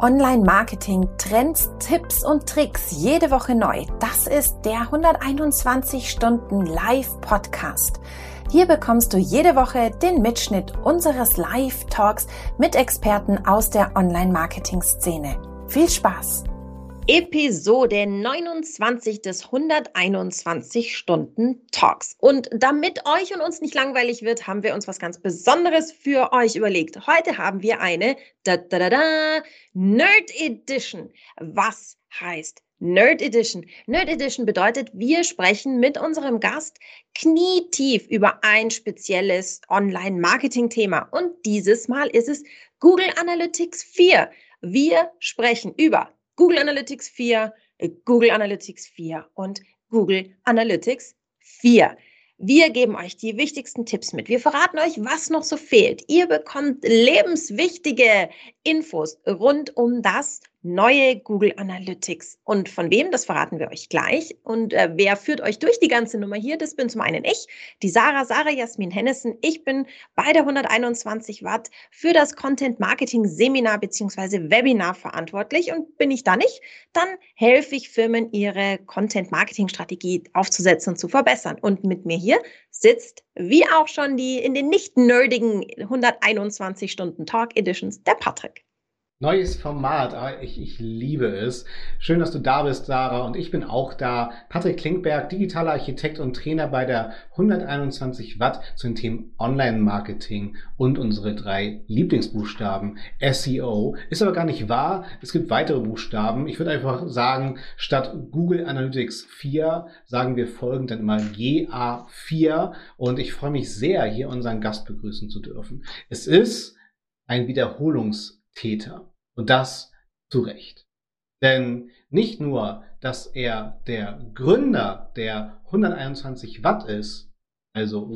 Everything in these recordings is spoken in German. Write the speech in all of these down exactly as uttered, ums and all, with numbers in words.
Online-Marketing, Trends, Tipps und Tricks jede Woche neu. Das ist der hunderteinundzwanzig Stunden Live-Podcast. Hier bekommst du jede Woche den Mitschnitt unseres Live-Talks mit Experten aus der Online-Marketing-Szene. Viel Spaß! Episode neunundzwanzig des hunderteinundzwanzig Stunden Talks. Und damit euch und uns nicht langweilig wird, haben wir uns was ganz Besonderes für euch überlegt. Heute haben wir eine da, da, da, da, Nerd Edition. Was heißt Nerd Edition? Nerd Edition bedeutet, wir sprechen mit unserem Gast knietief über ein spezielles Online-Marketing-Thema. Und dieses Mal ist es Google Analytics vier. Wir sprechen über Google Analytics vier, Google Analytics vier und Google Analytics vier. Wir geben euch die wichtigsten Tipps mit. Wir verraten euch, was noch so fehlt. Ihr bekommt lebenswichtige Infos rund um das neue Google Analytics. Und von wem, das verraten wir euch gleich. Und äh, wer führt euch durch die ganze Nummer hier? Das bin zum einen ich, die Sarah, Sarah Jasmin Hennessen. Ich bin bei der hunderteinundzwanzig Watt für das Content Marketing Seminar bzw. Webinar verantwortlich. Und bin ich da nicht, dann helfe ich Firmen, ihre Content Marketing Strategie aufzusetzen und zu verbessern. Und mit mir hier sitzt, wie auch schon die in den nicht nerdigen hunderteinundzwanzig Stunden Talk Editions, der Patrick. Neues Format, aber ich, ich liebe es. Schön, dass du da bist, Sarah. Und ich bin auch da. Patrick Klinkberg, digitaler Architekt und Trainer bei der hunderteinundzwanzig Watt zu den Themen Online-Marketing und unsere drei Lieblingsbuchstaben. S E O ist aber gar nicht wahr. Es gibt weitere Buchstaben. Ich würde einfach sagen, statt Google Analytics vier sagen wir folgend dann immer G A vier. Und ich freue mich sehr, hier unseren Gast begrüßen zu dürfen. Es ist ein Wiederholungstäter. Und das zu Recht. Denn nicht nur, dass er der Gründer der hunderteinundzwanzig Watt ist, also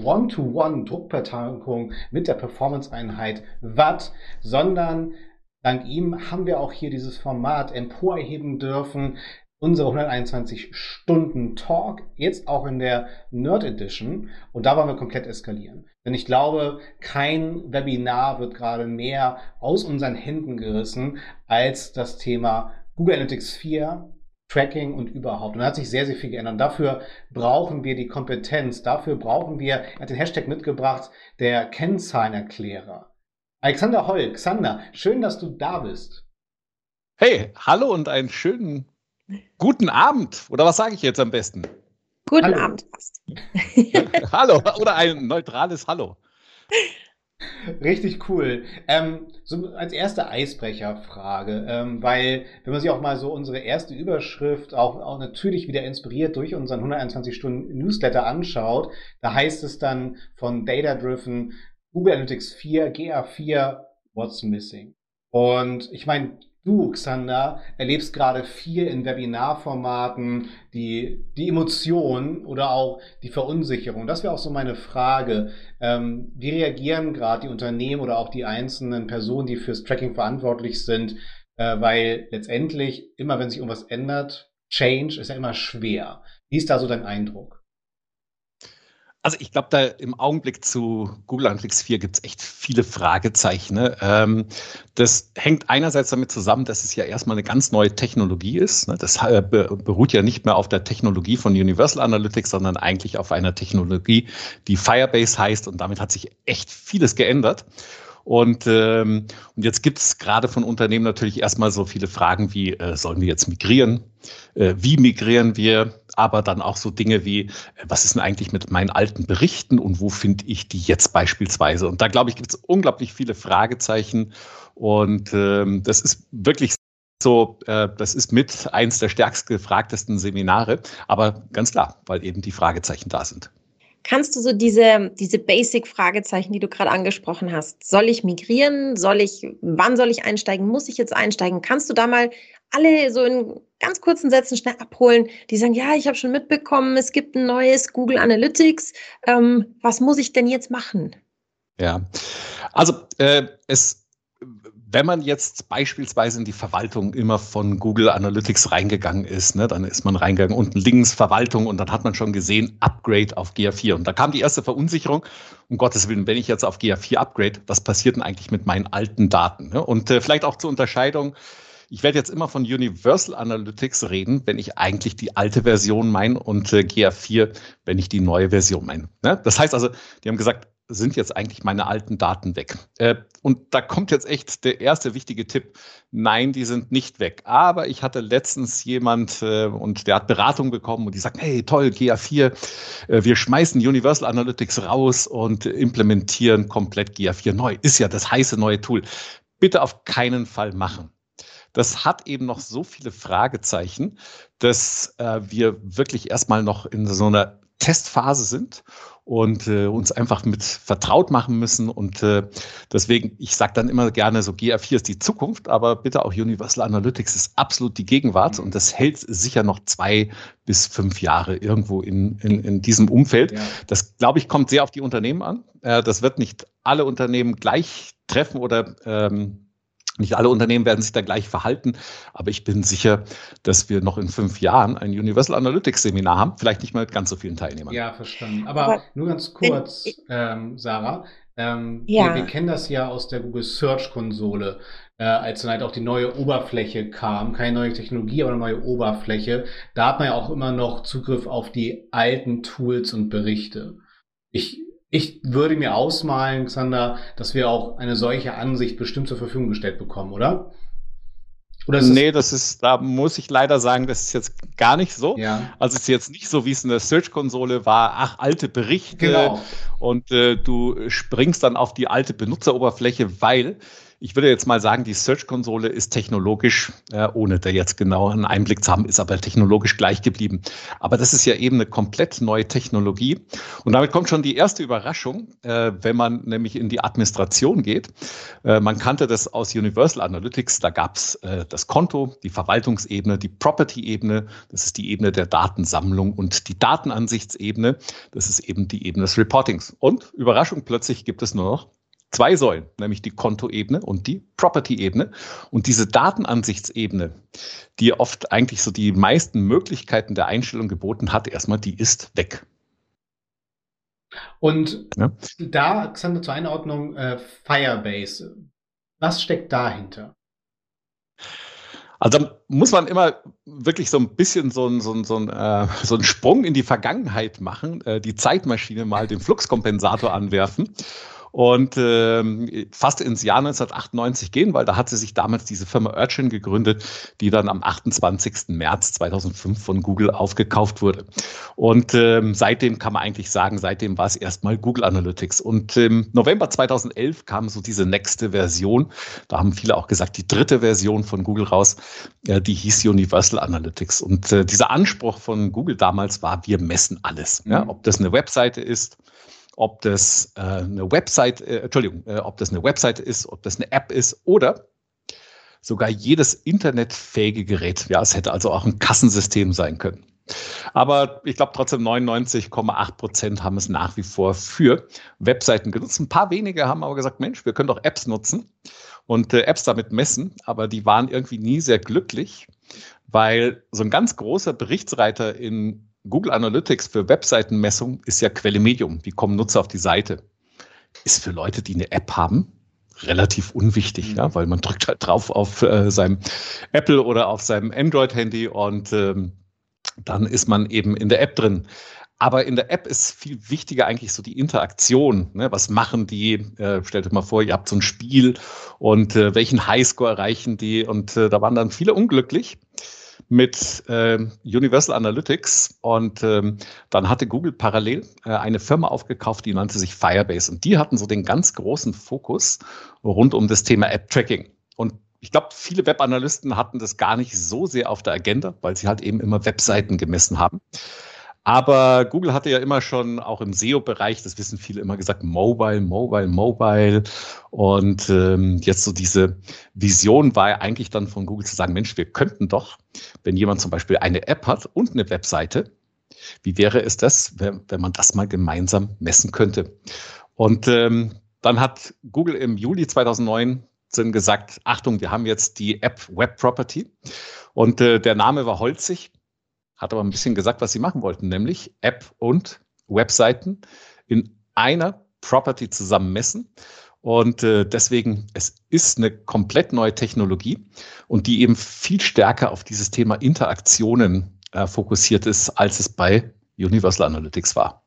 One-to-One-Druckbetankung mit der Performance-Einheit Watt, sondern dank ihm haben wir auch hier dieses Format emporheben dürfen, unsere hunderteinundzwanzig Stunden Talk, jetzt auch in der Nerd Edition. Und da wollen wir komplett eskalieren. Denn ich glaube, kein Webinar wird gerade mehr aus unseren Händen gerissen als das Thema Google Analytics vier, Tracking und überhaupt. Und da hat sich sehr, sehr viel geändert. Und dafür brauchen wir die Kompetenz. Dafür brauchen wir, er hat den Hashtag mitgebracht, der Kennzahlenerklärer. Alexander Holl, Xander, schön, dass du da bist. Hey, hallo und einen schönen guten Abend. Oder was sage ich jetzt am besten? Guten Hallo. Abend. Hallo oder ein neutrales Hallo. Richtig cool. Ähm, so als erste Eisbrecherfrage, ähm, weil wenn man sich auch mal so unsere erste Überschrift auch, auch natürlich wieder inspiriert durch unseren hunderteinundzwanzig Stunden Newsletter anschaut, da heißt es dann von Data Driven Google Analytics vier, G A vier, what's missing? Und ich meine, du, Xander, erlebst gerade viel in Webinarformaten, die, die Emotion oder auch die Verunsicherung. Das wäre auch so meine Frage. Ähm, wie reagieren gerade die Unternehmen oder auch die einzelnen Personen, die fürs Tracking verantwortlich sind? Äh, weil letztendlich, immer wenn sich irgendwas ändert, Change ist ja immer schwer. Wie ist da so dein Eindruck? Also ich glaube, da im Augenblick zu Google Analytics vier gibt es echt viele Fragezeichen. Ne? Ähm, das hängt einerseits damit zusammen, dass es ja erstmal eine ganz neue Technologie ist. Ne? Das äh, beruht ja nicht mehr auf der Technologie von Universal Analytics, sondern eigentlich auf einer Technologie, die Firebase heißt. Und damit hat sich echt vieles geändert. Und, ähm, und jetzt gibt es gerade von Unternehmen natürlich erstmal so viele Fragen wie, äh, sollen wir jetzt migrieren? Äh, wie migrieren wir? Aber dann auch so Dinge wie, äh, was ist denn eigentlich mit meinen alten Berichten und wo finde ich die jetzt beispielsweise? Und da, glaube ich, gibt es unglaublich viele Fragezeichen. Und ähm, das ist wirklich so, äh, das ist mit eins der stärkst gefragtesten Seminare. Aber ganz klar, weil eben die Fragezeichen da sind. Kannst du so diese, diese Basic-Fragezeichen, die du gerade angesprochen hast, soll ich migrieren? Soll ich, wann soll ich einsteigen? Muss ich jetzt einsteigen? Kannst du da mal alle so in ganz kurzen Sätzen schnell abholen, die sagen, ja, ich habe schon mitbekommen, es gibt ein neues Google Analytics. Ähm, was muss ich denn jetzt machen? Ja, also äh, es wenn man jetzt beispielsweise in die Verwaltung immer von Google Analytics reingegangen ist, ne, dann ist man reingegangen, unten links Verwaltung und dann hat man schon gesehen, Upgrade auf G A vier. Und da kam die erste Verunsicherung, um Gottes Willen, wenn ich jetzt auf G A vier upgrade, was passiert denn eigentlich mit meinen alten Daten? Ne? Und äh, vielleicht auch zur Unterscheidung, ich werde jetzt immer von Universal Analytics reden, wenn ich eigentlich die alte Version meine und äh, G A vier, wenn ich die neue Version meine. Ne? Das heißt also, die haben gesagt, sind jetzt eigentlich meine alten Daten weg? Äh, und da kommt jetzt echt der erste wichtige Tipp. Nein, die sind nicht weg. Aber ich hatte letztens jemand äh, und der hat Beratung bekommen und die sagt, hey, toll, G A vier, äh, wir schmeißen Universal Analytics raus und implementieren komplett G A vier neu. Ist ja das heiße neue Tool. Bitte auf keinen Fall machen. Das hat eben noch so viele Fragezeichen, dass äh, wir wirklich erstmal noch in so einer Testphase sind und äh, uns einfach mit vertraut machen müssen. Und äh, deswegen, ich sage dann immer gerne, so G A vier ist die Zukunft, aber bitte auch Universal Analytics ist absolut die Gegenwart und das hält sicher noch zwei bis fünf Jahre irgendwo in, in, in diesem Umfeld. Ja. Das, glaube ich, kommt sehr auf die Unternehmen an. Äh, das wird nicht alle Unternehmen gleich treffen oder ähm, nicht alle Unternehmen werden sich da gleich verhalten, aber ich bin sicher, dass wir noch in fünf Jahren ein Universal Analytics Seminar haben, vielleicht nicht mal mit ganz so vielen Teilnehmern. Ja, verstanden. Aber, aber nur ganz kurz, ich, ähm, Sarah, ähm, ja. wir, wir kennen das ja aus der Google Search Konsole, äh, als dann halt auch die neue Oberfläche kam, keine neue Technologie, aber eine neue Oberfläche. Da hat man ja auch immer noch Zugriff auf die alten Tools und Berichte. Ich Ich würde mir ausmalen, Xander, dass wir auch eine solche Ansicht bestimmt zur Verfügung gestellt bekommen, oder? Oder ist nee, das ist, da muss ich leider sagen, das ist jetzt gar nicht so. Ja. Also es ist jetzt nicht so, wie es in der Search-Konsole war, ach, alte Berichte. Genau. Und äh, du springst dann auf die alte Benutzeroberfläche, weil ich würde jetzt mal sagen, die Search-Konsole ist technologisch, äh, ohne da jetzt genau einen Einblick zu haben, ist aber technologisch gleich geblieben. Aber das ist ja eben eine komplett neue Technologie. Und damit kommt schon die erste Überraschung, äh, wenn man nämlich in die Administration geht. Äh, man kannte das aus Universal Analytics. Da gab es äh, das Konto, die Verwaltungsebene, die Property-Ebene. Das ist die Ebene der Datensammlung und die Datenansichtsebene. Das ist eben die Ebene des Reportings. Und Überraschung, plötzlich gibt es nur noch zwei Säulen, nämlich die Kontoebene und die Property-Ebene. Und diese Datenansichtsebene, die oft eigentlich so die meisten Möglichkeiten der Einstellung geboten hat, erstmal, die ist weg. Und ja. da, Xander, zur Einordnung, äh, Firebase. Was steckt dahinter? Also da muss man immer wirklich so ein bisschen so einen so ein, so ein, äh, so ein Sprung in die Vergangenheit machen, äh, die Zeitmaschine mal den Fluxkompensator anwerfen und ähm, fast ins Jahr neunzehnhundertachtundneunzig gehen, weil da hatte sich damals diese Firma Urchin gegründet, die dann am achtundzwanzigsten März zweitausendfünf von Google aufgekauft wurde. Und ähm, seitdem kann man eigentlich sagen, seitdem war es erstmal Google Analytics. Und im November zweitausendelf kam so diese nächste Version. Da haben viele auch gesagt, die dritte Version von Google raus, äh, die hieß Universal Analytics. Und äh, dieser Anspruch von Google damals war, wir messen alles. Mhm. Ja, ob das eine Webseite ist, ob das äh, eine Website, äh, Entschuldigung, äh, ob das eine Website ist, ob das eine App ist oder sogar jedes internetfähige Gerät. Ja, es hätte also auch ein Kassensystem sein können. Aber ich glaube trotzdem neunundneunzig Komma acht Prozent haben es nach wie vor für Webseiten genutzt. Ein paar wenige haben aber gesagt, Mensch, wir können doch Apps nutzen und äh, Apps damit messen, aber die waren irgendwie nie sehr glücklich, weil so ein ganz großer Berichtsreiter in Google Analytics für Webseitenmessung ist ja Quelle Medium. Wie kommen Nutzer auf die Seite? Ist für Leute, die eine App haben, relativ unwichtig, mhm. ja, weil man drückt halt drauf auf äh, seinem Apple oder auf seinem Android-Handy und ähm, dann ist man eben in der App drin. Aber in der App ist viel wichtiger eigentlich so die Interaktion. Ne? Was machen die? Äh, stellt euch mal vor, ihr habt so ein Spiel und äh, welchen Highscore erreichen die? Und äh, da waren dann viele unglücklich mit äh, Universal Analytics und ähm, dann hatte Google parallel äh, eine Firma aufgekauft, die nannte sich Firebase und die hatten so den ganz großen Fokus rund um das Thema App-Tracking. Und ich glaube, viele Webanalysten hatten das gar nicht so sehr auf der Agenda, weil sie halt eben immer Webseiten gemessen haben. Aber Google hatte ja immer schon auch im S E O-Bereich, das wissen viele, immer gesagt, Mobile, Mobile, Mobile. Und ähm, jetzt so diese Vision war ja eigentlich dann von Google zu sagen, Mensch, wir könnten doch, wenn jemand zum Beispiel eine App hat und eine Webseite, wie wäre es das, wenn, wenn man das mal gemeinsam messen könnte? Und ähm, dann hat Google im Juli zweitausendneunzehn gesagt, Achtung, wir haben jetzt die App Web Property. Und äh, der Name war holzig. Hat aber ein bisschen gesagt, was sie machen wollten, nämlich App und Webseiten in einer Property zusammen messen. Und äh, deswegen, es ist eine komplett neue Technologie und die eben viel stärker auf dieses Thema Interaktionen äh, fokussiert ist, als es bei Universal Analytics war.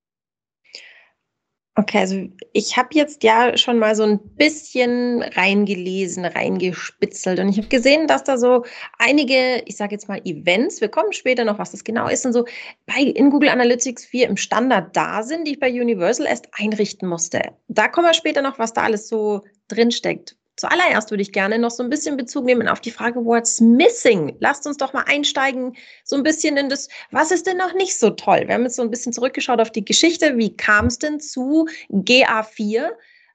Okay, also ich habe jetzt ja schon mal so ein bisschen reingelesen, reingespitzelt und ich habe gesehen, dass da so einige, ich sage jetzt mal Events, wir kommen später noch, was das genau ist, und so bei, in Google Analytics vier im Standard da sind, die ich bei Universal erst einrichten musste. Da kommen wir später noch, was da alles so drinsteckt. Zuallererst würde ich gerne noch so ein bisschen Bezug nehmen auf die Frage, what's missing? Lasst uns doch mal einsteigen, so ein bisschen in das, was ist denn noch nicht so toll? Wir haben jetzt so ein bisschen zurückgeschaut auf die Geschichte. Wie kam es denn zu G A vier?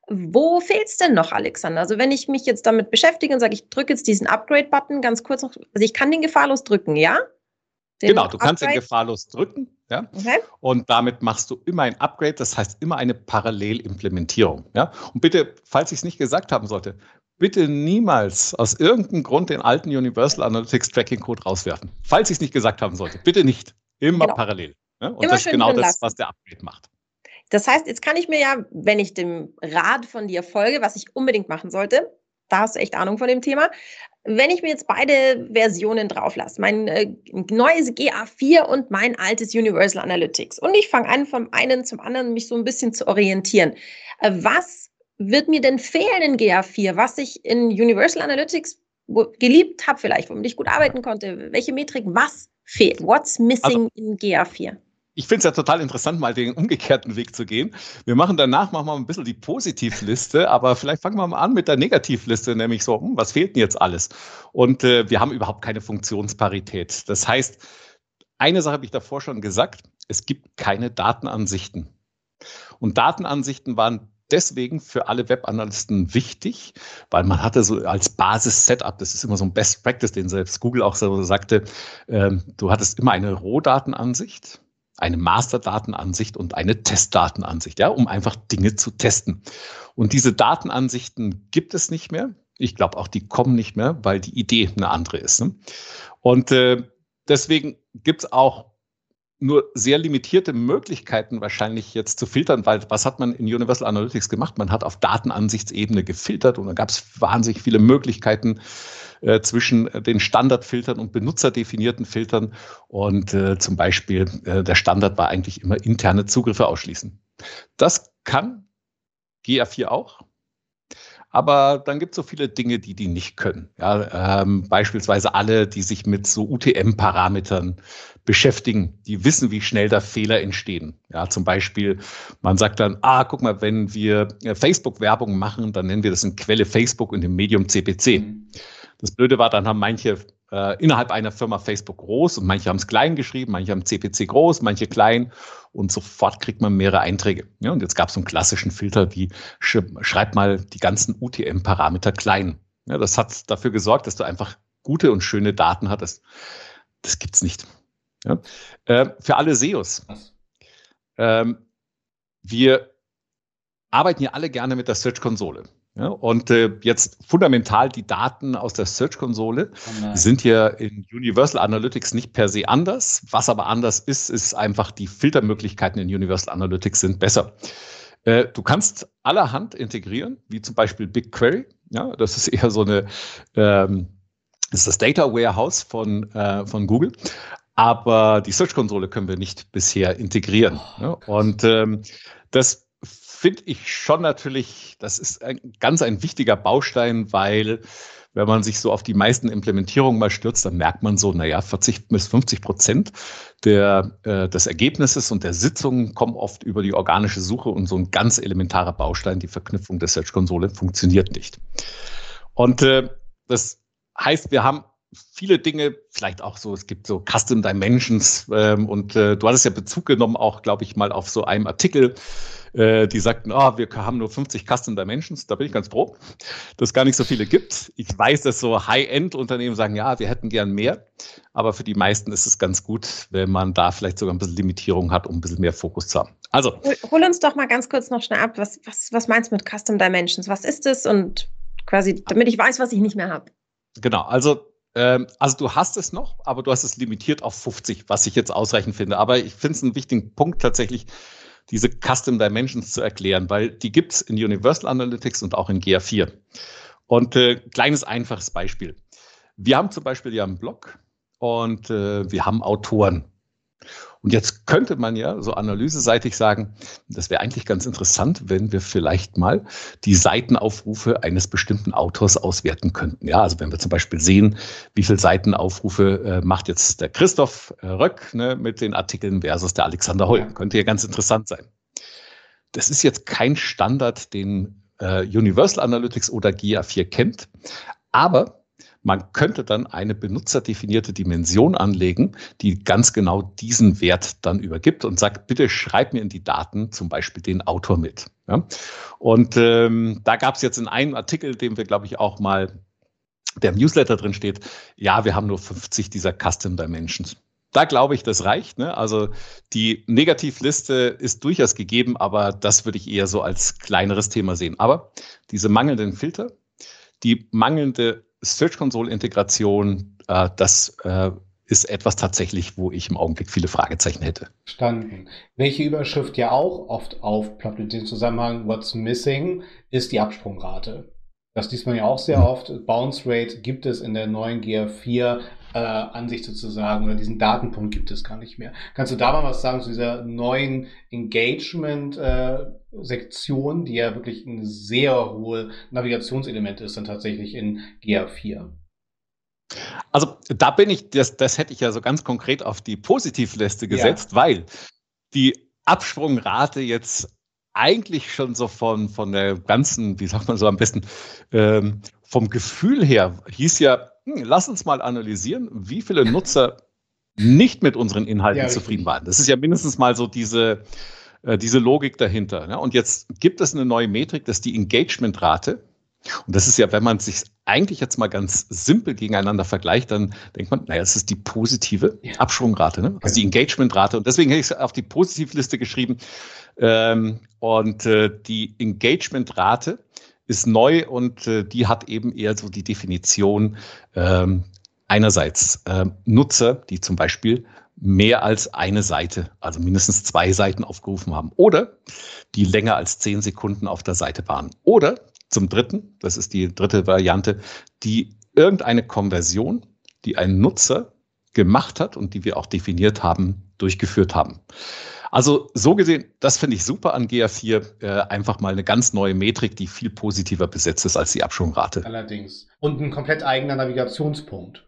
Wo fehlt es denn noch, Alexander? Also wenn ich mich jetzt damit beschäftige und sage, ich drücke jetzt diesen Upgrade-Button ganz kurz noch, also ich kann den gefahrlos drücken, ja? Den genau, du kannst Upgrade. den gefahrlos drücken, ja? Okay. Und damit machst du immer ein Upgrade, das heißt immer eine Parallelimplementierung. Ja? Und bitte, falls ich es nicht gesagt haben sollte, bitte niemals aus irgendeinem Grund den alten Universal Analytics Tracking Code rauswerfen. Falls ich es nicht gesagt haben sollte, bitte nicht. Immer Genau. parallel. Ja? Und Immer das ist schön genau drin das, lassen. was der Upgrade macht. Das heißt, jetzt kann ich mir ja, wenn ich dem Rat von dir folge, was ich unbedingt machen sollte, da hast du echt Ahnung von dem Thema, wenn ich mir jetzt beide Versionen drauf lasse, mein äh, neues G A vier und mein altes Universal Analytics, und ich fange an, vom einen zum anderen mich so ein bisschen zu orientieren, äh, was wird mir denn fehlen in G A vier, was ich in Universal Analytics wo, geliebt habe vielleicht, womit ich gut arbeiten konnte, welche Metrik, was fehlt, what's missing also, in G A vier? Ich finde es ja total interessant, mal den umgekehrten Weg zu gehen. Wir machen danach machen wir ein bisschen die Positivliste, aber vielleicht fangen wir mal an mit der Negativliste, nämlich so, hm, was fehlt denn jetzt alles? Und äh, wir haben überhaupt keine Funktionsparität. Das heißt, eine Sache habe ich davor schon gesagt, es gibt keine Datenansichten. Und Datenansichten waren deswegen für alle Webanalysten wichtig, weil man hatte so als Basis-Setup, das ist immer so ein Best Practice, den selbst Google auch so sagte, äh, du hattest immer eine Rohdatenansicht, eine Masterdatenansicht und eine Testdatenansicht, ja, um einfach Dinge zu testen. Und diese Datenansichten gibt es nicht mehr. Ich glaube auch, die kommen nicht mehr, weil die Idee eine andere ist. Ne? Und äh, deswegen gibt es auch nur sehr limitierte Möglichkeiten wahrscheinlich jetzt zu filtern, weil was hat man in Universal Analytics gemacht? Man hat auf Datenansichtsebene gefiltert und da gab es wahnsinnig viele Möglichkeiten äh, zwischen den Standardfiltern und benutzerdefinierten Filtern und äh, zum Beispiel äh, der Standard war eigentlich immer interne Zugriffe ausschließen. Das kann G A vier auch. Aber dann gibt es so viele Dinge, die die nicht können. Ja, ähm, beispielsweise alle, die sich mit so U T M-Parametern beschäftigen, die wissen, wie schnell da Fehler entstehen. Ja, zum Beispiel, man sagt dann, ah, guck mal, wenn wir Facebook-Werbung machen, dann nennen wir das in Quelle Facebook und im Medium C P C. Mhm. Das Blöde war, dann haben manche äh, innerhalb einer Firma Facebook groß und manche haben es klein geschrieben, manche haben C P C groß, manche klein und sofort kriegt man mehrere Einträge. Ja, und jetzt gab es so einen klassischen Filter wie sch schreib mal die ganzen U T M-Parameter klein. Ja, das hat dafür gesorgt, dass du einfach gute und schöne Daten hattest. Das gibt's nicht. Ja, äh, für alle S E Os. Ähm, wir arbeiten ja alle gerne mit der Search-Konsole. Ja, und äh, jetzt fundamental die Daten aus der Search-Konsole oh sind ja in Universal Analytics nicht per se anders. Was aber anders ist, ist einfach die Filtermöglichkeiten in Universal Analytics sind besser. Äh, du kannst allerhand integrieren, wie zum Beispiel BigQuery. Ja, das ist eher so eine, ähm, das ist das Data Warehouse von, äh, von Google. Aber die Search-Konsole können wir nicht bisher integrieren. Oh, ja, und ähm, das finde ich schon natürlich, das ist ein, ganz ein wichtiger Baustein, weil wenn man sich so auf die meisten Implementierungen mal stürzt, dann merkt man so, naja, vierzig bis fünfzig Prozent der, äh, des Ergebnisses und der Sitzungen kommen oft über die organische Suche und so ein ganz elementarer Baustein, die Verknüpfung der Search-Konsole, funktioniert nicht. Und äh, das heißt, wir haben viele Dinge, vielleicht auch so, es gibt so Custom Dimensions ähm, und äh, du hattest ja Bezug genommen auch, glaube ich, mal auf so einem Artikel, äh, die sagten, oh, wir haben nur fünfzig Custom Dimensions, da bin ich ganz froh, dass es gar nicht so viele gibt. Ich weiß, dass so High-End-Unternehmen sagen, ja, wir hätten gern mehr, aber für die meisten ist es ganz gut, wenn man da vielleicht sogar ein bisschen Limitierung hat, um ein bisschen mehr Fokus zu haben. Also. Hol, hol uns doch mal ganz kurz noch schnell ab, was, was, was meinst du mit Custom Dimensions? Was ist das und quasi, damit ich weiß, was ich nicht mehr habe? Genau, also Also du hast es noch, aber du hast es limitiert auf fünfzig, was ich jetzt ausreichend finde. Aber ich finde es einen wichtigen Punkt tatsächlich. diese Custom Dimensions zu erklären, weil die gibt es in Universal Analytics und auch in G A vier. Und äh, kleines, einfaches Beispiel. Wir haben zum Beispiel ja einen Blog und äh, wir haben Autoren. Und jetzt könnte man ja so analyseseitig sagen, das wäre eigentlich ganz interessant, wenn wir vielleicht mal die Seitenaufrufe eines bestimmten Autors auswerten könnten. Ja, also wenn wir zum Beispiel sehen, wie viele Seitenaufrufe äh, macht jetzt der Christoph äh, Röck, ne, mit den Artikeln versus der Alexander Holl. Ja. Könnte ja ganz interessant sein. Das ist jetzt kein Standard, den äh, Universal Analytics oder G A vier kennt, aber man könnte dann eine benutzerdefinierte Dimension anlegen, die ganz genau diesen Wert dann übergibt und sagt, bitte schreib mir in die Daten zum Beispiel den Autor mit. Ja? Und ähm, da gab es jetzt in einem Artikel, den wir, glaube ich, auch mal, der im Newsletter drin steht, ja, wir haben nur fünfzig dieser Custom Dimensions. Da glaube ich, das reicht. Ne? Also die Negativliste ist durchaus gegeben, aber das würde ich eher so als kleineres Thema sehen. Aber diese mangelnden Filter, die mangelnde Search Console Integration, äh, das äh, ist etwas tatsächlich, wo ich im Augenblick viele Fragezeichen hätte. Verstanden. Welche Überschrift ja auch oft aufploppt in dem Zusammenhang, what's missing, ist die Absprungrate. Das liest man ja auch sehr oft. Bounce Rate gibt es in der neuen G A vier äh, Ansicht sozusagen, oder diesen Datenpunkt gibt es gar nicht mehr. Kannst du da mal was sagen zu dieser neuen Engagement-Sektion, äh, die ja wirklich ein sehr hohes Navigationselement ist, dann tatsächlich in G A vier? Also da bin ich, das, das hätte ich ja so ganz konkret auf die Positivliste gesetzt, ja. Weil die Absprungrate jetzt eigentlich schon so von, von der ganzen, wie sagt man so am besten, ähm, vom Gefühl her hieß ja, hm, lass uns mal analysieren, wie viele Nutzer nicht mit unseren Inhalten ja, zufrieden waren. Das ist ja mindestens mal so diese, äh, diese Logik dahinter. Ne? Und jetzt gibt es eine neue Metrik, das ist die Engagementrate. Und das ist ja, wenn man sich eigentlich jetzt mal ganz simpel gegeneinander vergleicht, dann denkt man, naja, das ist die positive ja. Absprungrate, ne? Also die Engagementrate. Und deswegen hätte ich es auf die Positivliste geschrieben. Ähm, und äh, die Engagementrate ist neu und äh, die hat eben eher so die Definition ähm, einerseits äh, Nutzer, die zum Beispiel mehr als eine Seite, also mindestens zwei Seiten aufgerufen haben oder die länger als zehn Sekunden auf der Seite waren oder zum Dritten, das ist die dritte Variante, die irgendeine Konversion, die ein Nutzer gemacht hat und die wir auch definiert haben, durchgeführt haben. Also so gesehen, das finde ich super an G A vier, äh, einfach mal eine ganz neue Metrik, die viel positiver besetzt ist als die Absprungrate. Allerdings. Und ein komplett eigener Navigationspunkt.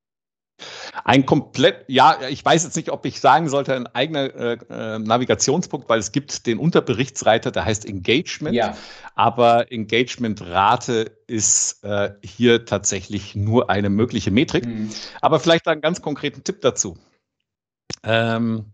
Ein komplett, ja, ich weiß jetzt nicht, ob ich sagen sollte, ein eigener äh, Navigationspunkt, weil es gibt den Unterberichtsreiter, der heißt Engagement, ja. Aber Engagementrate ist äh, hier tatsächlich nur eine mögliche Metrik. Mhm. Aber vielleicht einen ganz konkreten Tipp dazu. Ähm,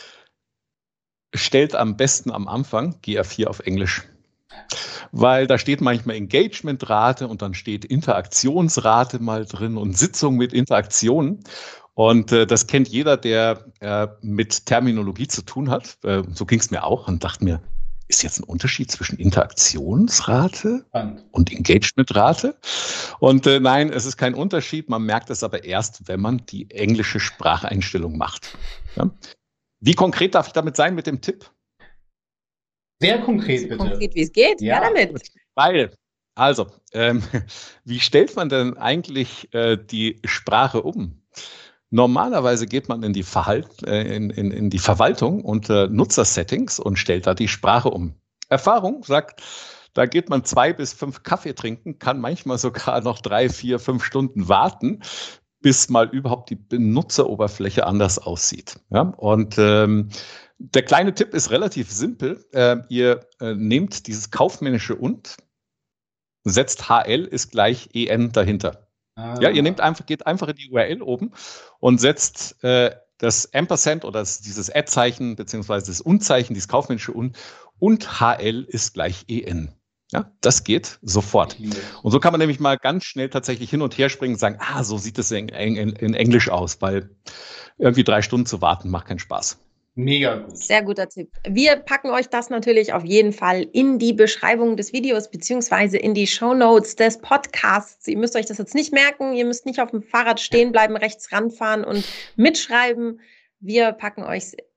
stellt am besten am Anfang G A vier auf Englisch. Weil da steht manchmal Engagementrate und dann steht Interaktionsrate mal drin und Sitzung mit Interaktionen. Und äh, das kennt jeder, der äh, mit Terminologie zu tun hat. Äh, so ging es mir auch und dachte mir, ist jetzt ein Unterschied zwischen Interaktionsrate Spannend. Und Engagementrate? Und äh, nein, es ist kein Unterschied. Man merkt es aber erst, wenn man die englische Spracheinstellung macht. Ja? Wie konkret darf ich damit sein mit dem Tipp? Sehr konkret, bitte. Konkret, wie es geht. Ja, ja damit. Weil, also, ähm, wie stellt man denn eigentlich äh, die Sprache um? Normalerweise geht man in die, Verhalt, äh, in, in, in die Verwaltung unter Nutzersettings und stellt da die Sprache um. Erfahrung sagt, da geht man zwei bis fünf Kaffee trinken, kann manchmal sogar noch drei, vier, fünf Stunden warten, bis mal überhaupt die Benutzeroberfläche anders aussieht. Ja? Und ähm, der kleine Tipp ist relativ simpel. Äh, ihr äh, nehmt dieses kaufmännische und setzt H L ist gleich E N dahinter. Ah. Ja, ihr nehmt einfach, geht einfach in die U R L oben und setzt äh, das Ampersand oder das, dieses Ad-Zeichen beziehungsweise das Und-Zeichen, dieses kaufmännische und und H L ist gleich E N. Ja, das geht sofort. Und so kann man nämlich mal ganz schnell tatsächlich hin und her springen und sagen, ah, so sieht es in, in, in Englisch aus, weil irgendwie drei Stunden zu warten macht keinen Spaß. Mega gut. Sehr guter Tipp. Wir packen euch das natürlich auf jeden Fall in die Beschreibung des Videos beziehungsweise in die Shownotes des Podcasts. Ihr müsst euch das jetzt nicht merken. Ihr müsst nicht auf dem Fahrrad stehen bleiben, rechts ranfahren und mitschreiben. Wir packen euch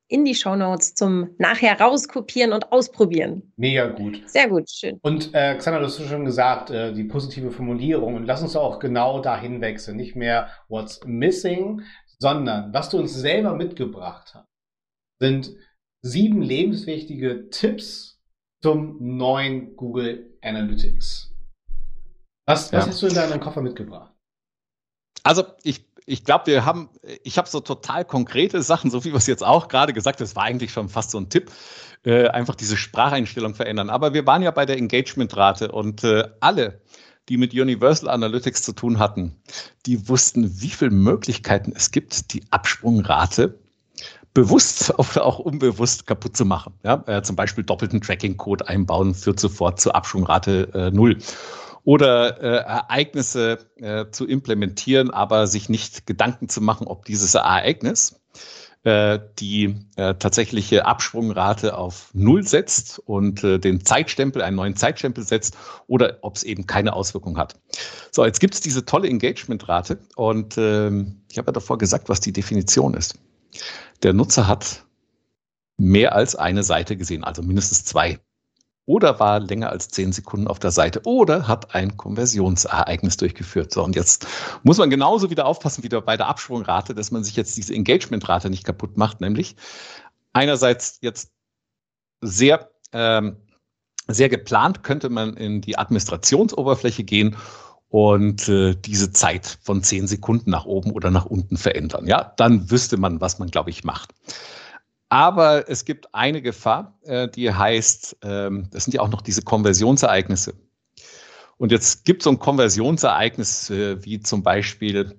in die Shownotes zum nachher rauskopieren und ausprobieren. Mega gut. Sehr gut, schön. Und äh, Xander, du hast schon gesagt, äh, die positive Formulierung. Und lass uns auch genau dahin wechseln. Nicht mehr what's missing, sondern was du uns selber mitgebracht hast, sind sieben lebenswichtige Tipps zum neuen Google Analytics. Was, was ja. hast du in deinem Koffer mitgebracht? Also ich, ich glaube, wir haben, ich habe so total konkrete Sachen, so wie wir es jetzt auch gerade gesagt haben, das war eigentlich schon fast so ein Tipp, äh, einfach diese Spracheinstellung verändern. Aber wir waren ja bei der Engagementrate und äh, alle, die mit Universal Analytics zu tun hatten, die wussten, wie viele Möglichkeiten es gibt, die Absprungrate bewusst oder auch unbewusst kaputt zu machen. Ja, äh, zum Beispiel doppelten Tracking-Code einbauen führt sofort zur Absprungrate äh, null. Oder äh, Ereignisse äh, zu implementieren, aber sich nicht Gedanken zu machen, ob dieses Ereignis äh, die äh, tatsächliche Absprungrate auf Null setzt und äh, den Zeitstempel, einen neuen Zeitstempel setzt oder ob es eben keine Auswirkung hat. So, jetzt gibt es diese tolle Engagementrate und äh, ich habe ja davor gesagt, was die Definition ist. Der Nutzer hat mehr als eine Seite gesehen, also mindestens zwei. Oder war länger als zehn Sekunden auf der Seite oder hat ein Konversionsereignis durchgeführt. So, und jetzt muss man genauso wieder aufpassen wie bei der Absprungrate, dass man sich jetzt diese Engagementrate nicht kaputt macht, nämlich einerseits jetzt sehr, ähm, sehr geplant könnte man in die Administrationsoberfläche gehen und äh, diese Zeit von zehn Sekunden nach oben oder nach unten verändern. Ja, dann wüsste man, was man, glaube ich, macht. Aber es gibt eine Gefahr, äh, die heißt, ähm, das sind ja auch noch diese Konversionsereignisse. Und jetzt gibt es so ein Konversionsereignis äh, wie zum Beispiel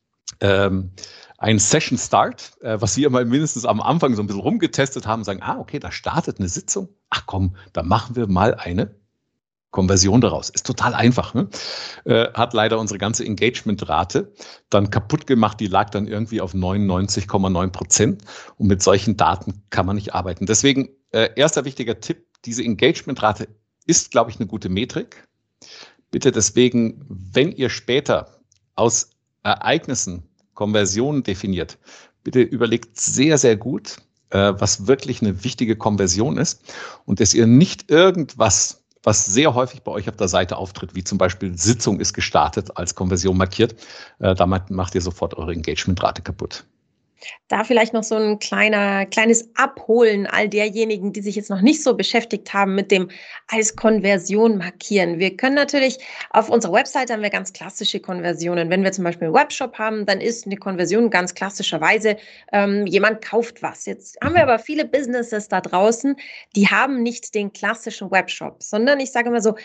ähm, ein Session Start, äh, was wir mal mindestens am Anfang so ein bisschen rumgetestet haben, sagen, ah, okay, da startet eine Sitzung. Ach komm, da machen wir mal eine Konversion daraus. Ist total einfach. Ne? Äh, hat leider unsere ganze Engagement-Rate dann kaputt gemacht. Die lag dann irgendwie auf neunundneunzig Komma neun Prozent. Und mit solchen Daten kann man nicht arbeiten. Deswegen, äh, erster wichtiger Tipp, diese Engagement-Rate ist, glaube ich, eine gute Metrik. Bitte deswegen, wenn ihr später aus Ereignissen Konversionen definiert, bitte überlegt sehr, sehr gut, äh, was wirklich eine wichtige Konversion ist und dass ihr nicht irgendwas, was sehr häufig bei euch auf der Seite auftritt, wie zum Beispiel Sitzung ist gestartet, als Konversion markiert. Äh, damit macht ihr sofort eure Engagementrate kaputt. Da vielleicht noch so ein kleiner, kleines Abholen all derjenigen, die sich jetzt noch nicht so beschäftigt haben mit dem als Konversion markieren. Wir können natürlich auf unserer Webseite haben wir ganz klassische Konversionen. Wenn wir zum Beispiel einen Webshop haben, dann ist eine Konversion ganz klassischerweise, ähm, jemand kauft was. Jetzt haben wir aber viele Businesses da draußen, die haben nicht den klassischen Webshop, sondern ich sage mal so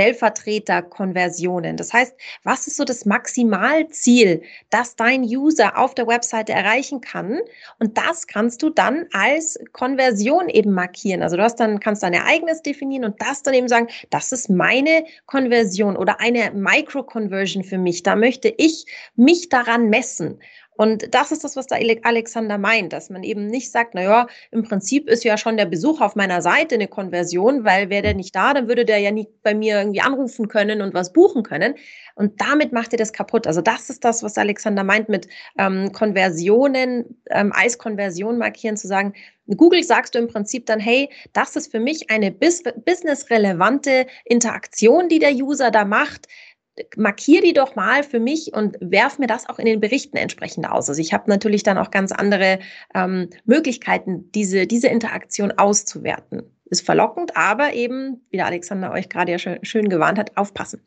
Stellvertreter-Konversionen. Das heißt, was ist so das Maximalziel, das dein User auf der Webseite erreichen kann. Und das kannst du dann als Konversion eben markieren. Also du hast dann, kannst ein Ereignis definieren und das dann eben sagen, das ist meine Konversion oder eine Micro-Conversion für mich. Da möchte ich mich daran messen. Und das ist das, was der Alexander meint, dass man eben nicht sagt, naja, im Prinzip ist ja schon der Besuch auf meiner Seite eine Konversion, weil wäre der nicht da, dann würde der ja nicht bei mir irgendwie anrufen können und was buchen können. Und damit macht ihr das kaputt. Also das ist das, was Alexander meint mit ähm, Konversionen, ähm, als Konversion markieren, zu sagen, Google sagst du im Prinzip dann, hey, das ist für mich eine bis- businessrelevante Interaktion, die der User da macht. Markier die doch mal für mich und werf mir das auch in den Berichten entsprechend aus. Also ich habe natürlich dann auch ganz andere ähm, Möglichkeiten, diese, diese Interaktion auszuwerten. Ist verlockend, aber eben, wie der Alexander euch gerade ja schön, schön gewarnt hat, aufpassen.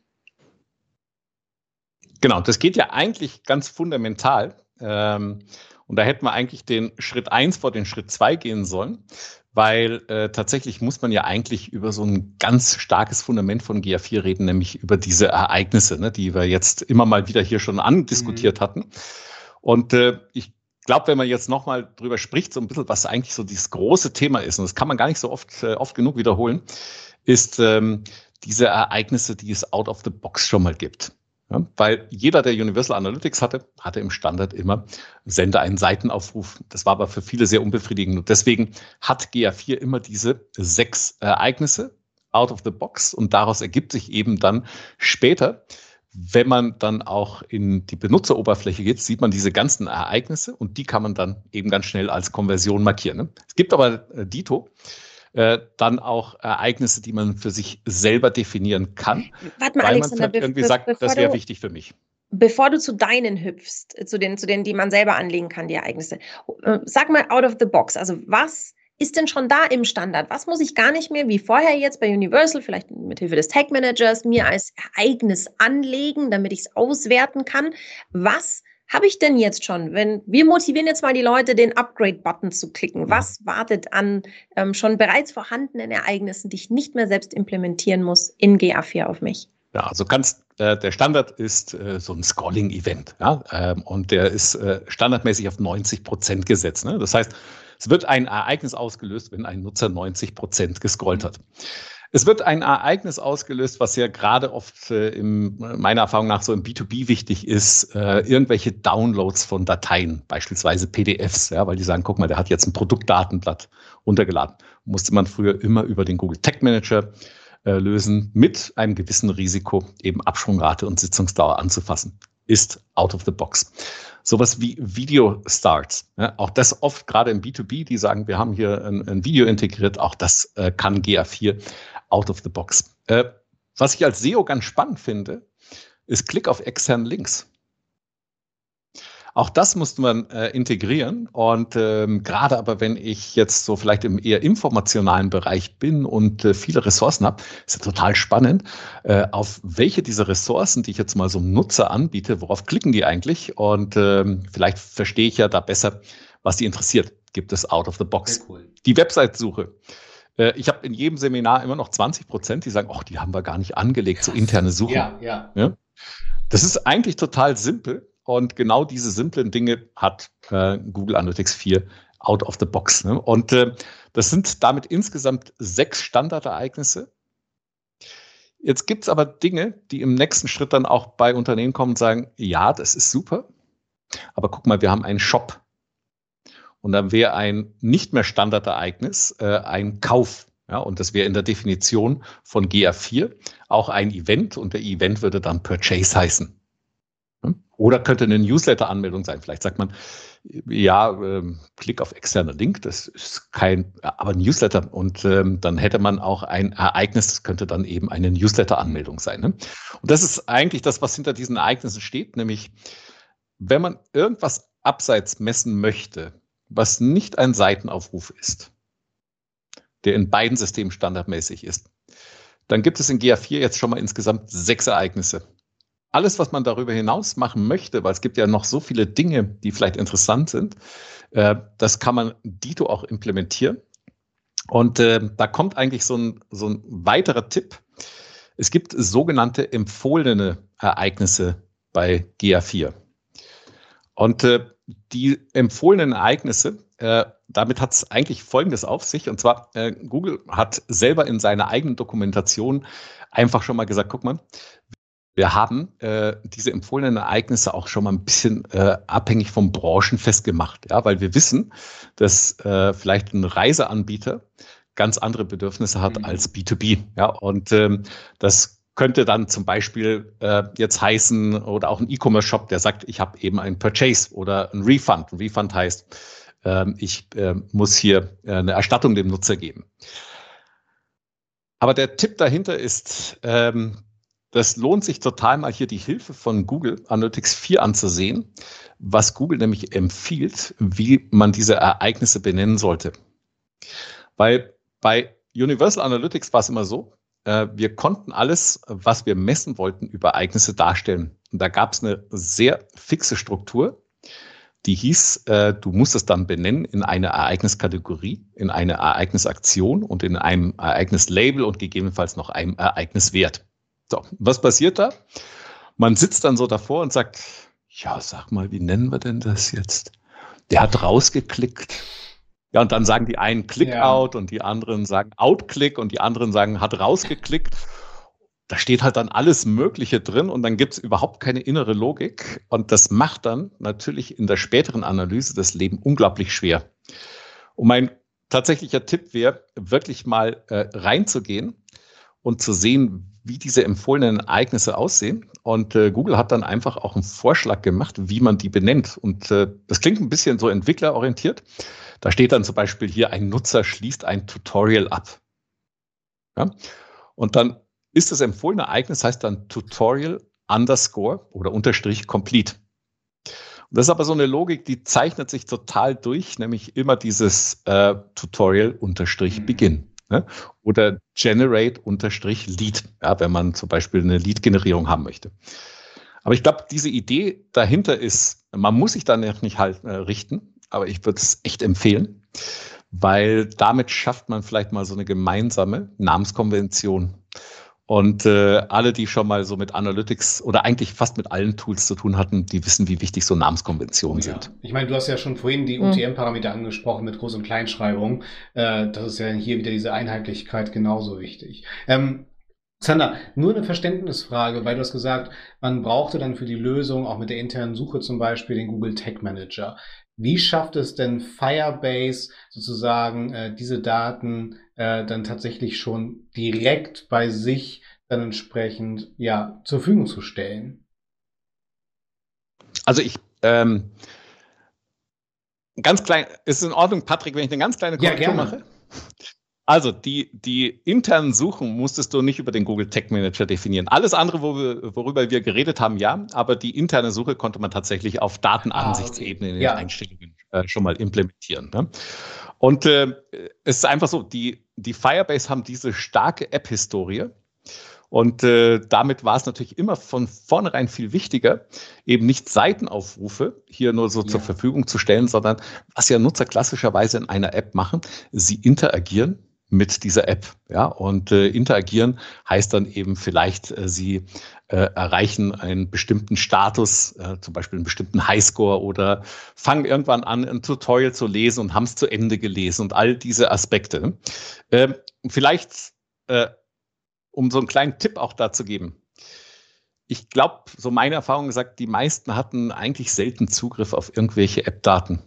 Genau, das geht ja eigentlich ganz fundamental. Ähm, und da hätten wir eigentlich den Schritt eins vor den Schritt zwei gehen sollen. Weil äh, tatsächlich muss man ja eigentlich über so ein ganz starkes Fundament von G A vier reden, nämlich über diese Ereignisse, ne, die wir jetzt immer mal wieder hier schon andiskutiert mhm. hatten. Und äh, ich glaube, wenn man jetzt nochmal drüber spricht, so ein bisschen, was eigentlich so dieses große Thema ist, und das kann man gar nicht so oft, äh, oft genug wiederholen, ist ähm, diese Ereignisse, die es out of the box schon mal gibt. Ja, weil jeder, der Universal Analytics hatte, hatte im Standard immer, sende einen Seitenaufruf. Das war aber für viele sehr unbefriedigend. Und deswegen hat G A vier immer diese sechs Ereignisse out of the box. Und daraus ergibt sich eben dann später, wenn man dann auch in die Benutzeroberfläche geht, sieht man diese ganzen Ereignisse und die kann man dann eben ganz schnell als Konversion markieren. Ne? Es gibt aber äh, Dito äh, dann auch Ereignisse, die man für sich selber definieren kann, Warte mal, weil Alexander, man irgendwie be- sagt, bevor das wäre du- wichtig für mich. Bevor du zu deinen hüpfst, äh, zu den, zu denen, die man selber anlegen kann, die Ereignisse, äh, sag mal out of the box. Also was ist denn schon da im Standard? Was muss ich gar nicht mehr, wie vorher jetzt bei Universal, vielleicht mit Hilfe des Tag Managers, mir als Ereignis anlegen, damit ich es auswerten kann? Was habe ich denn jetzt schon? Wenn wir motivieren jetzt mal die Leute, den Upgrade-Button zu klicken. Was wartet an ähm, schon bereits vorhandenen Ereignissen, die ich nicht mehr selbst implementieren muss in G A vier auf mich? Ja, also ganz, äh, der Standard ist äh, so ein Scrolling-Event, ja, ähm, und der ist äh, standardmäßig auf neunzig Prozent gesetzt. Ne? Das heißt, es wird ein Ereignis ausgelöst, wenn ein Nutzer neunzig Prozent gescrollt hat. Es wird ein Ereignis ausgelöst, was ja gerade oft äh, im, meiner Erfahrung nach so im B zwei B wichtig ist, äh, irgendwelche Downloads von Dateien, beispielsweise P D Fs, ja, weil die sagen, guck mal, der hat jetzt ein Produktdatenblatt runtergeladen. Musste man früher immer über den Google Tag Manager äh, lösen, mit einem gewissen Risiko, eben Absprungrate und Sitzungsdauer anzufassen. Ist out of the box. Sowas wie Video Starts, ja, auch das oft gerade im B zwei B, die sagen, wir haben hier ein, ein Video integriert, auch das äh, kann G A vier out of the box. Äh, was ich als S E O ganz spannend finde, ist Klick auf externen Links. Auch das musste man äh, integrieren und ähm, gerade aber, wenn ich jetzt so vielleicht im eher informationalen Bereich bin und äh, viele Ressourcen habe, ist ja total spannend, äh, auf welche dieser Ressourcen, die ich jetzt mal so einem Nutzer anbiete, worauf klicken die eigentlich und ähm, vielleicht verstehe ich ja da besser, was die interessiert. Gibt es out of the box. Sehr cool. Die Website-Suche. Äh, ich habe in jedem Seminar immer noch zwanzig Prozent, die sagen, ach, die haben wir gar nicht angelegt, so interne Suche. Ja, ja. Ja? Das ist eigentlich total simpel. Und genau diese simplen Dinge hat äh, Google Analytics vier out of the box. Ne? Und äh, das sind damit insgesamt sechs Standardereignisse. Jetzt gibt es aber Dinge, die im nächsten Schritt dann auch bei Unternehmen kommen und sagen, ja, das ist super, aber guck mal, wir haben einen Shop. Und dann wäre ein nicht mehr Standardereignis äh, ein Kauf. Ja, und das wäre in der Definition von G A vier auch ein Event und der Event würde dann Purchase heißen. Oder könnte eine Newsletter-Anmeldung sein. Vielleicht sagt man, ja, ähm, klick auf externer Link, das ist kein, aber Newsletter. Und ähm, dann hätte man auch ein Ereignis, das könnte dann eben eine Newsletter-Anmeldung sein. Ne? Und das ist eigentlich das, was hinter diesen Ereignissen steht, nämlich wenn man irgendwas abseits messen möchte, was nicht ein Seitenaufruf ist, der in beiden Systemen standardmäßig ist, dann gibt es in G A vier jetzt schon mal insgesamt sechs Ereignisse. Alles, was man darüber hinaus machen möchte, weil es gibt ja noch so viele Dinge, die vielleicht interessant sind, äh, das kann man dito auch implementieren. Und äh, da kommt eigentlich so ein, so ein weiterer Tipp. Es gibt sogenannte empfohlene Ereignisse bei G A vier. Und äh, die empfohlenen Ereignisse, äh, damit hat es eigentlich Folgendes auf sich. Und zwar, äh, Google hat selber in seiner eigenen Dokumentation einfach schon mal gesagt, guck mal, wir haben äh, diese empfohlenen Ereignisse auch schon mal ein bisschen äh, abhängig von Branchen festgemacht, ja, weil wir wissen, dass äh, vielleicht ein Reiseanbieter ganz andere Bedürfnisse hat mhm. als B zwei B, ja, und ähm, das könnte dann zum Beispiel äh, jetzt heißen oder auch ein E-Commerce-Shop, der sagt, ich habe eben ein Purchase oder ein Refund. Ein Refund heißt, ähm, ich äh, muss hier äh, eine Erstattung dem Nutzer geben. Aber der Tipp dahinter ist, ähm, das lohnt sich total mal hier die Hilfe von Google Analytics vier anzusehen, was Google nämlich empfiehlt, wie man diese Ereignisse benennen sollte. Weil bei Universal Analytics war es immer so, äh, wir konnten alles, was wir messen wollten, über Ereignisse darstellen. Und da gab es eine sehr fixe Struktur, die hieß, äh, du musst es dann benennen in eine Ereigniskategorie, in eine Ereignisaktion und in einem Ereignislabel und gegebenenfalls noch einem Ereigniswert. So, was passiert da? Man sitzt dann so davor und sagt, ja, sag mal, wie nennen wir denn das jetzt? Der hat rausgeklickt. Ja, und dann sagen die einen Click-out ja. und die anderen sagen Out-Click und die anderen sagen, hat rausgeklickt. Da steht halt dann alles Mögliche drin und dann gibt es überhaupt keine innere Logik. Und das macht dann natürlich in der späteren Analyse das Leben unglaublich schwer. Und mein tatsächlicher Tipp wäre, wirklich mal äh, reinzugehen und zu sehen, wie diese empfohlenen Ereignisse aussehen. Und äh, Google hat dann einfach auch einen Vorschlag gemacht, wie man die benennt. Und äh, das klingt ein bisschen so entwicklerorientiert. Da steht dann zum Beispiel hier, ein Nutzer schließt ein Tutorial ab. Ja? Und dann ist das empfohlene Ereignis, heißt dann Tutorial underscore oder Unterstrich complete. Und das ist aber so eine Logik, die zeichnet sich total durch, nämlich immer dieses äh, Tutorial unterstrich Begin. Ne? Oder Generate unterstrich Lead, ja, wenn man zum Beispiel eine Lead-Generierung haben möchte. Aber ich glaube, diese Idee dahinter ist, man muss sich dann nicht halt äh, richten, aber ich würde es echt empfehlen, weil damit schafft man vielleicht mal so eine gemeinsame Namenskonvention. Und äh, alle, die schon mal so mit Analytics oder eigentlich fast mit allen Tools zu tun hatten, die wissen, wie wichtig so Namenskonventionen oh, ja. sind. Ich meine, du hast ja schon vorhin die U T M-Parameter angesprochen mit Groß- und Kleinschreibung. Äh, das ist ja hier wieder diese Einheitlichkeit genauso wichtig. Ähm, Sander, nur eine Verständnisfrage, weil du hast gesagt, man brauchte dann für die Lösung, auch mit der internen Suche zum Beispiel, den Google Tag Manager. Wie schafft es denn Firebase sozusagen, äh, diese Daten äh, dann tatsächlich schon direkt bei sich dann entsprechend ja zur Verfügung zu stellen? Also ich ähm, ganz klein, ist in Ordnung, Patrick, wenn ich eine ganz kleine Korrektur ja, mache? Also die, die internen Suchen musstest du nicht über den Google Tag Manager definieren. Alles andere, wo wir, worüber wir geredet haben, ja, aber die interne Suche konnte man tatsächlich auf Datenansichtsebene ah, okay. in den ja. Einstellungen äh, schon mal implementieren. Ne? Und äh, es ist einfach so, die, die Firebase haben diese starke App-Historie. Und äh, damit war es natürlich immer von vornherein viel wichtiger, eben nicht Seitenaufrufe hier nur so ja. zur Verfügung zu stellen, sondern was ja Nutzer klassischerweise in einer App machen, sie interagieren mit dieser App. Ja, und äh, interagieren heißt dann eben vielleicht, äh, sie äh, erreichen einen bestimmten Status, äh, zum Beispiel einen bestimmten Highscore oder fangen irgendwann an, ein Tutorial zu lesen und haben es zu Ende gelesen und all diese Aspekte. Äh, vielleicht äh, um so einen kleinen Tipp auch da zu geben. Ich glaube, so meine Erfahrung gesagt, die meisten hatten eigentlich selten Zugriff auf irgendwelche App-Daten.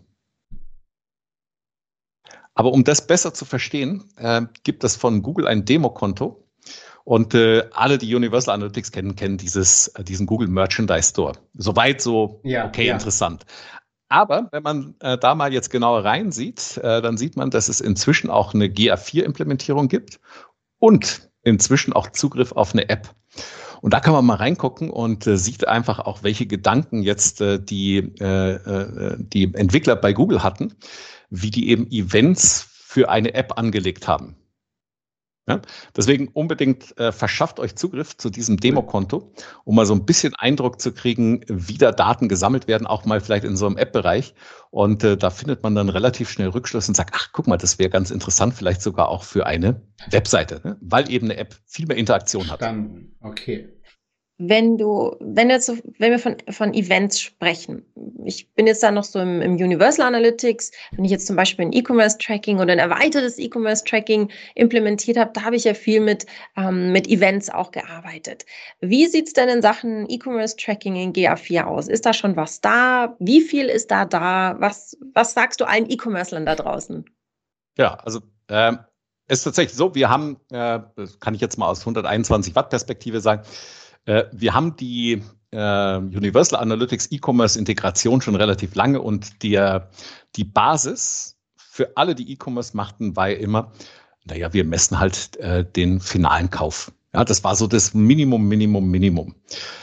Aber um das besser zu verstehen, äh, gibt es von Google ein Demokonto. Und äh, alle, die Universal Analytics kennen, kennen dieses, äh, diesen Google Merchandise Store. Soweit so ja, okay, ja. interessant. Aber wenn man äh, da mal jetzt genauer reinsieht, äh, dann sieht man, dass es inzwischen auch eine G A vier Implementierung gibt und inzwischen auch Zugriff auf eine App. Und da kann man mal reingucken und äh, sieht einfach auch, welche Gedanken jetzt äh, die, äh, äh, die Entwickler bei Google hatten, wie die eben Events für eine App angelegt haben. Ja? Deswegen unbedingt äh, verschafft euch Zugriff zu diesem Demokonto, um mal so ein bisschen Eindruck zu kriegen, wie da Daten gesammelt werden, auch mal vielleicht in so einem App-Bereich. Und äh, da findet man dann relativ schnell Rückschlüsse und sagt, ach, guck mal, das wäre ganz interessant, vielleicht sogar auch für eine Webseite, ne? Weil eben eine App viel mehr Interaktion hat. Verstanden. Okay. Wenn du, wenn du jetzt so, wenn wir von, von Events sprechen, ich bin jetzt da noch so im, im Universal Analytics, wenn ich jetzt zum Beispiel ein E-Commerce-Tracking oder ein erweitertes E-Commerce-Tracking implementiert habe, da habe ich ja viel mit, ähm, mit Events auch gearbeitet. Wie sieht's denn in Sachen E-Commerce-Tracking in G A vier aus? Ist da schon was da? Wie viel ist da da? Was, was sagst du allen E-Commercern da draußen? Ja, also ähm, es ist tatsächlich so, wir haben, äh, das kann ich jetzt mal aus hunderteinundzwanzig Watt Perspektive sagen, wir haben die äh, Universal Analytics E-Commerce Integration schon relativ lange und der, die Basis für alle, die E-Commerce machten, war ja immer, naja, wir messen halt äh, den finalen Kauf. Ja, das war so das Minimum, Minimum, Minimum.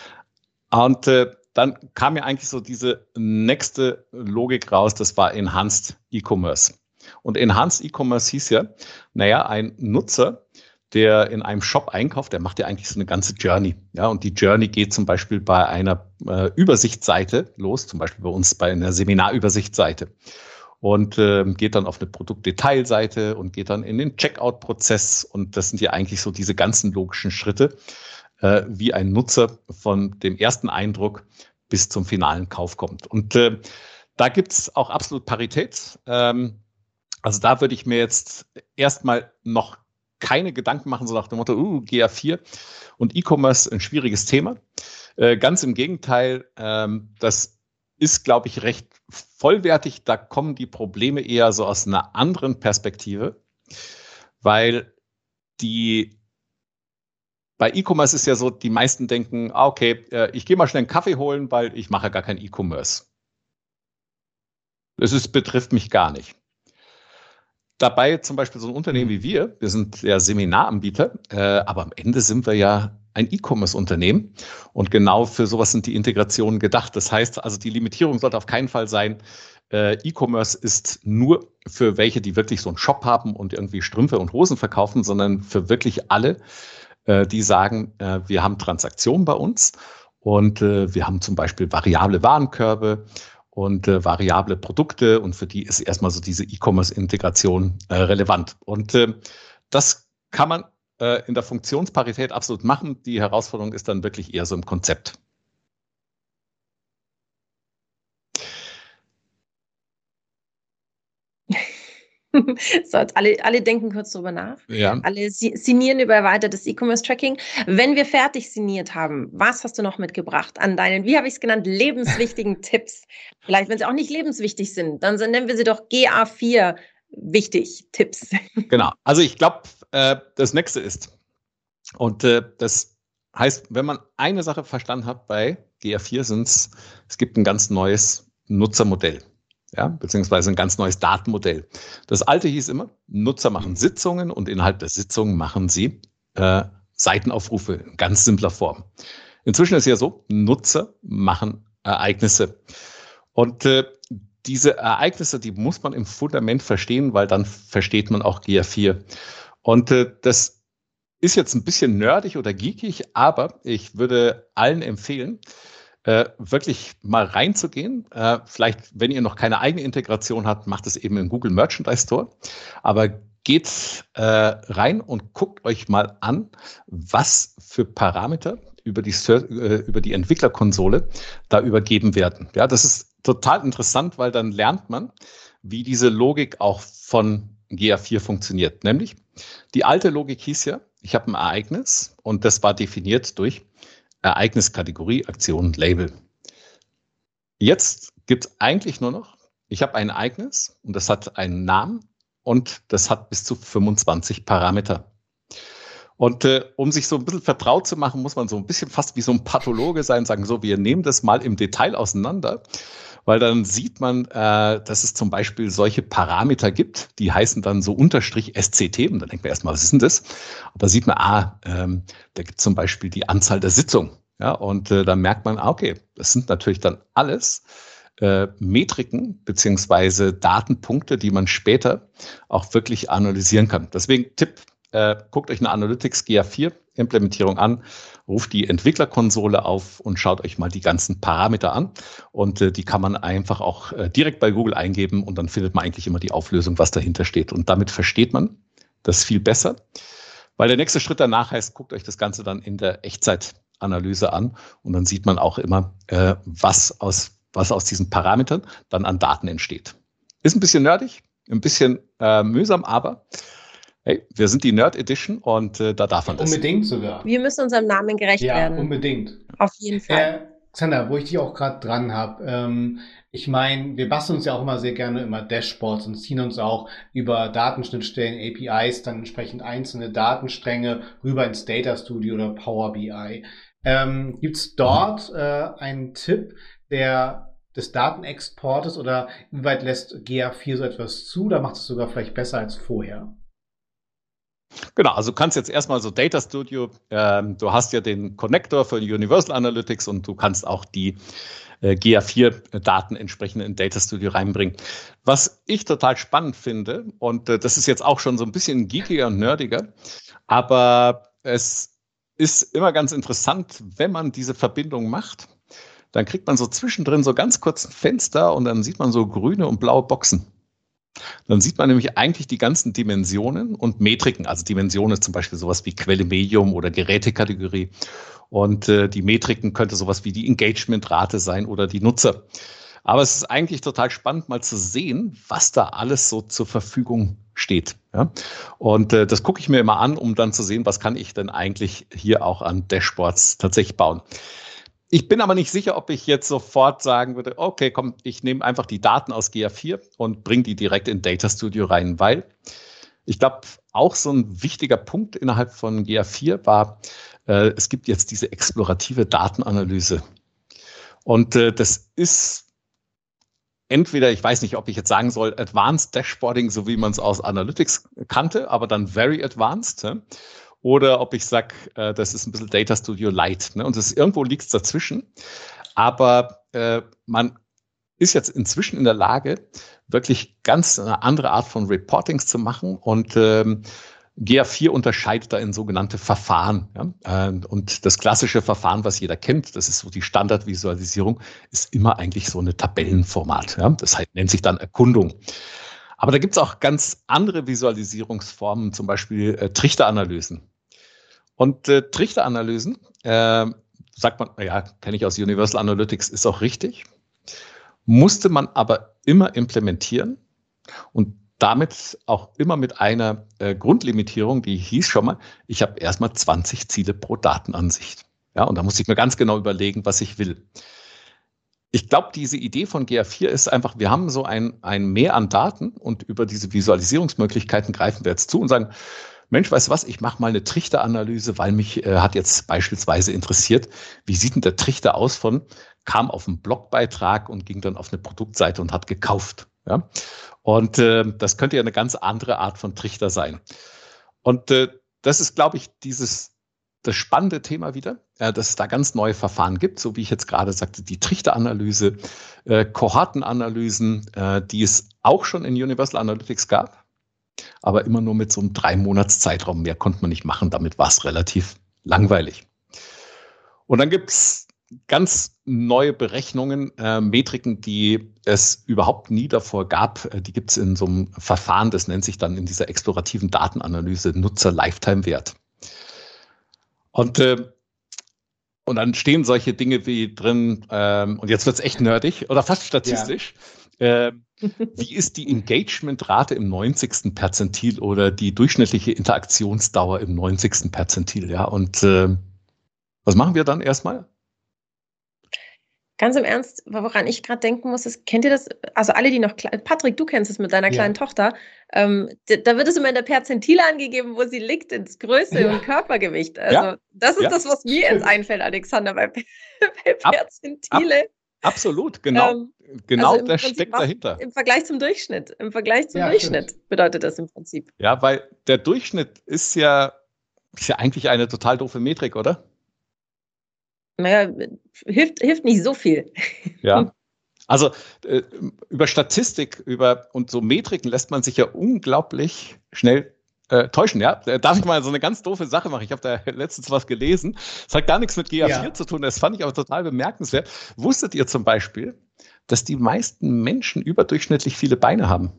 Und äh, dann kam ja eigentlich so diese nächste Logik raus, das war Enhanced E-Commerce. Und Enhanced E-Commerce hieß ja, naja, ein Nutzer, der in einem Shop einkauft, der macht ja eigentlich so eine ganze Journey. Ja, und die Journey geht zum Beispiel bei einer äh, Übersichtsseite los, zum Beispiel bei uns bei einer Seminarübersichtsseite. Und äh, geht dann auf eine Produktdetailseite und geht dann in den Checkout-Prozess. Und das sind ja eigentlich so diese ganzen logischen Schritte, äh, wie ein Nutzer von dem ersten Eindruck bis zum finalen Kauf kommt. Und äh, da gibt's auch absolut Parität. Ähm, also da würde ich mir jetzt erstmal noch keine Gedanken machen, so nach dem Motto, uh, G A vier und E-Commerce ein schwieriges Thema. Äh, ganz im Gegenteil, ähm, das ist, glaube ich, recht vollwertig. Da kommen die Probleme eher so aus einer anderen Perspektive, weil die bei E-Commerce ist ja so, die meisten denken, ah, okay, äh, ich gehe mal schnell einen Kaffee holen, weil ich mache gar kein E-Commerce. Das ist, betrifft mich gar nicht. Dabei zum Beispiel so ein Unternehmen wie wir, wir sind ja Seminaranbieter, äh, aber am Ende sind wir ja ein E-Commerce-Unternehmen und genau für sowas sind die Integrationen gedacht. Das heißt also, die Limitierung sollte auf keinen Fall sein, äh, E-Commerce ist nur für welche, die wirklich so einen Shop haben und irgendwie Strümpfe und Hosen verkaufen, sondern für wirklich alle, äh, die sagen, äh, wir haben Transaktionen bei uns und äh, wir haben zum Beispiel variable Warenkörbe und äh, variable Produkte und für die ist erstmal so diese E-Commerce-Integration äh, relevant. Und äh, das kann man äh, in der Funktionsparität absolut machen. Die Herausforderung ist dann wirklich eher so im Konzept. So, jetzt alle, alle denken kurz drüber nach. Ja. Alle sinnieren über erweitertes E-Commerce-Tracking. Wenn wir fertig sinniert haben, was hast du noch mitgebracht an deinen, wie habe ich es genannt, lebenswichtigen Tipps? Vielleicht, wenn sie auch nicht lebenswichtig sind, dann nennen wir sie doch G A vier wichtig Tipps. Genau. Also ich glaube, äh, das nächste ist, und äh, das heißt, wenn man eine Sache verstanden hat bei G A vier, sind es, es gibt ein ganz neues Nutzermodell. Ja, beziehungsweise ein ganz neues Datenmodell. Das alte hieß immer, Nutzer machen Sitzungen und innerhalb der Sitzungen machen sie äh, Seitenaufrufe in ganz simpler Form. Inzwischen ist es ja so, Nutzer machen Ereignisse. Und äh, diese Ereignisse, die muss man im Fundament verstehen, weil dann versteht man auch G A vier. Und äh, das ist jetzt ein bisschen nerdig oder geekig, aber ich würde allen empfehlen, Äh, wirklich mal reinzugehen. Äh, vielleicht, wenn ihr noch keine eigene Integration habt, macht es eben im Google Merchandise Store. Aber geht äh, rein und guckt euch mal an, was für Parameter über die, äh, über die Entwicklerkonsole da übergeben werden. Ja, das ist total interessant, weil dann lernt man, wie diese Logik auch von G A vier funktioniert. Nämlich, die alte Logik hieß ja, ich habe ein Ereignis und das war definiert durch Ereigniskategorie, Aktion, Label. Jetzt gibt es eigentlich nur noch, ich habe ein Ereignis und das hat einen Namen und das hat bis zu fünfundzwanzig Parameter. Und äh, um sich so ein bisschen vertraut zu machen, muss man so ein bisschen fast wie so ein Pathologe sein, sagen so, wir nehmen das mal im Detail auseinander, weil dann sieht man, äh, dass es zum Beispiel solche Parameter gibt, die heißen dann so Unterstrich S C T und dann denkt man erstmal, was ist denn das? Aber sieht man, ah, ähm, da gibt es zum Beispiel die Anzahl der Sitzungen. Ja, und äh, dann merkt man, ah, okay, das sind natürlich dann alles äh, Metriken beziehungsweise Datenpunkte, die man später auch wirklich analysieren kann. Deswegen Tipp, äh, guckt euch eine Analytics G A vier Implementierung an, ruft die Entwicklerkonsole auf und schaut euch mal die ganzen Parameter an. Und äh, die kann man einfach auch äh, direkt bei Google eingeben und dann findet man eigentlich immer die Auflösung, was dahinter steht. Und damit versteht man das viel besser, weil der nächste Schritt danach heißt, guckt euch das Ganze dann in der Echtzeitanalyse an und dann sieht man auch immer, äh, was aus, was aus diesen Parametern dann an Daten entsteht. Ist ein bisschen nerdig, ein bisschen äh, mühsam, aber hey, wir sind die Nerd Edition und äh, da darf man das. Unbedingt sogar. Wir müssen unserem Namen gerecht Ja, werden. unbedingt. Auf jeden Fall. Äh, Xander, wo ich dich auch gerade dran habe, ähm, ich meine, wir basteln uns ja auch immer sehr gerne immer Dashboards und ziehen uns auch über Datenschnittstellen, A P Is, dann entsprechend einzelne Datenstränge rüber ins Data Studio oder Power B I. Ähm, gibt's dort äh, einen Tipp, der des Datenexportes oder inwieweit lässt G A vier so etwas zu? Da macht es sogar vielleicht besser als vorher. Genau, also du kannst jetzt erstmal so Data Studio, ähm, du hast ja den Connector für Universal Analytics und du kannst auch die äh, G A vier Daten entsprechend in Data Studio reinbringen. Was ich total spannend finde, und äh, das ist jetzt auch schon so ein bisschen geekiger und nerdiger, aber es ist immer ganz interessant, wenn man diese Verbindung macht, dann kriegt man so zwischendrin so ganz kurz ein Fenster und dann sieht man so grüne und blaue Boxen. Dann sieht man nämlich eigentlich die ganzen Dimensionen und Metriken. Also Dimensionen ist zum Beispiel sowas wie Quelle Medium oder Gerätekategorie. Und äh, die Metriken könnte sowas wie die Engagementrate sein oder die Nutzer. Aber es ist eigentlich total spannend, mal zu sehen, was da alles so zur Verfügung steht. Ja? Und äh, das gucke ich mir immer an, um dann zu sehen, was kann ich denn eigentlich hier auch an Dashboards tatsächlich bauen. Ich bin aber nicht sicher, ob ich jetzt sofort sagen würde, okay, komm, ich nehme einfach die Daten aus G A vier und bringe die direkt in Data Studio rein, weil ich glaube, auch so ein wichtiger Punkt innerhalb von G A vier war, äh, es gibt jetzt diese explorative Datenanalyse. Und äh, das ist entweder, ich weiß nicht, ob ich jetzt sagen soll, Advanced Dashboarding, so wie man es aus Analytics kannte, aber dann very advanced. Ja? Oder ob ich sage, äh, das ist ein bisschen Data Studio Light. Ne? Und das, irgendwo liegt es dazwischen. Aber äh, man ist jetzt inzwischen in der Lage, wirklich ganz eine andere Art von Reportings zu machen. Und ähm, G A vier unterscheidet da in sogenannte Verfahren. Ja? Und das klassische Verfahren, was jeder kennt, das ist so die Standardvisualisierung, ist immer eigentlich so eine Tabellenformat. Ja? Das heißt, nennt sich dann Erkundung. Aber da gibt es auch ganz andere Visualisierungsformen, zum Beispiel äh, Trichteranalysen. Und äh, Trichteranalysen, äh, sagt man, ja, kenne ich aus Universal Analytics, ist auch richtig, musste man aber immer implementieren und damit auch immer mit einer äh, Grundlimitierung, die hieß schon mal, ich habe erstmal zwanzig Ziele pro Datenansicht. Ja, und da muss ich mir ganz genau überlegen, was ich will. Ich glaube, diese Idee von G A vier ist einfach, wir haben so ein, ein Mehr an Daten und über diese Visualisierungsmöglichkeiten greifen wir jetzt zu und sagen, Mensch, weißt du was, ich mache mal eine Trichteranalyse, weil mich äh, hat jetzt beispielsweise interessiert, wie sieht denn der Trichter aus von, kam auf einen Blogbeitrag und ging dann auf eine Produktseite und hat gekauft. Ja? Und äh, das könnte ja eine ganz andere Art von Trichter sein. Und äh, das ist, glaube ich, dieses das spannende Thema wieder, äh, dass es da ganz neue Verfahren gibt, so wie ich jetzt gerade sagte, die Trichteranalyse, äh, Kohortenanalysen, äh, die es auch schon in Universal Analytics gab, aber immer nur mit so einem drei Monats Zeitraum. Mehr konnte man nicht machen, damit war es relativ langweilig. Und dann gibt es ganz neue Berechnungen, äh, Metriken, die es überhaupt nie davor gab. Äh, die gibt es in so einem Verfahren, das nennt sich dann in dieser explorativen Datenanalyse Nutzer-Lifetime-Wert. Und, äh, und dann stehen solche Dinge wie drin, ähm, und jetzt wird es echt nerdig oder fast statistisch. Ja. Äh, wie ist die Engagement-Rate im neunzigsten Perzentil oder die durchschnittliche Interaktionsdauer im neunzigsten Perzentil? Ja, und äh, was machen wir dann erstmal? Ganz im Ernst, woran ich gerade denken muss, ist, kennt ihr das? Also alle, die noch, Patrick, du kennst es mit deiner kleinen ja. Tochter, ähm, da wird es immer in der Perzentile angegeben, wo sie liegt, ins Größe ja. und Körpergewicht. Also ja. das ist ja. das, was mir jetzt einfällt, Alexander, bei, bei Perzentile. Ab, ab, absolut, genau. Ähm, genau also das steckt dahinter. Im Vergleich zum Durchschnitt. Im Vergleich zum ja, Durchschnitt stimmt. bedeutet das im Prinzip. Ja, weil der Durchschnitt ist ja, ist ja eigentlich eine total doofe Metrik, oder? Naja, hilft, hilft nicht so viel. Ja, also äh, über Statistik über und so Metriken lässt man sich ja unglaublich schnell äh, täuschen. Ja, darf ich mal so eine ganz doofe Sache machen? Ich habe da letztens was gelesen. Das hat gar nichts mit G A vier ja. zu tun. Das fand ich aber total bemerkenswert. Wusstet ihr zum Beispiel, dass die meisten Menschen überdurchschnittlich viele Beine haben?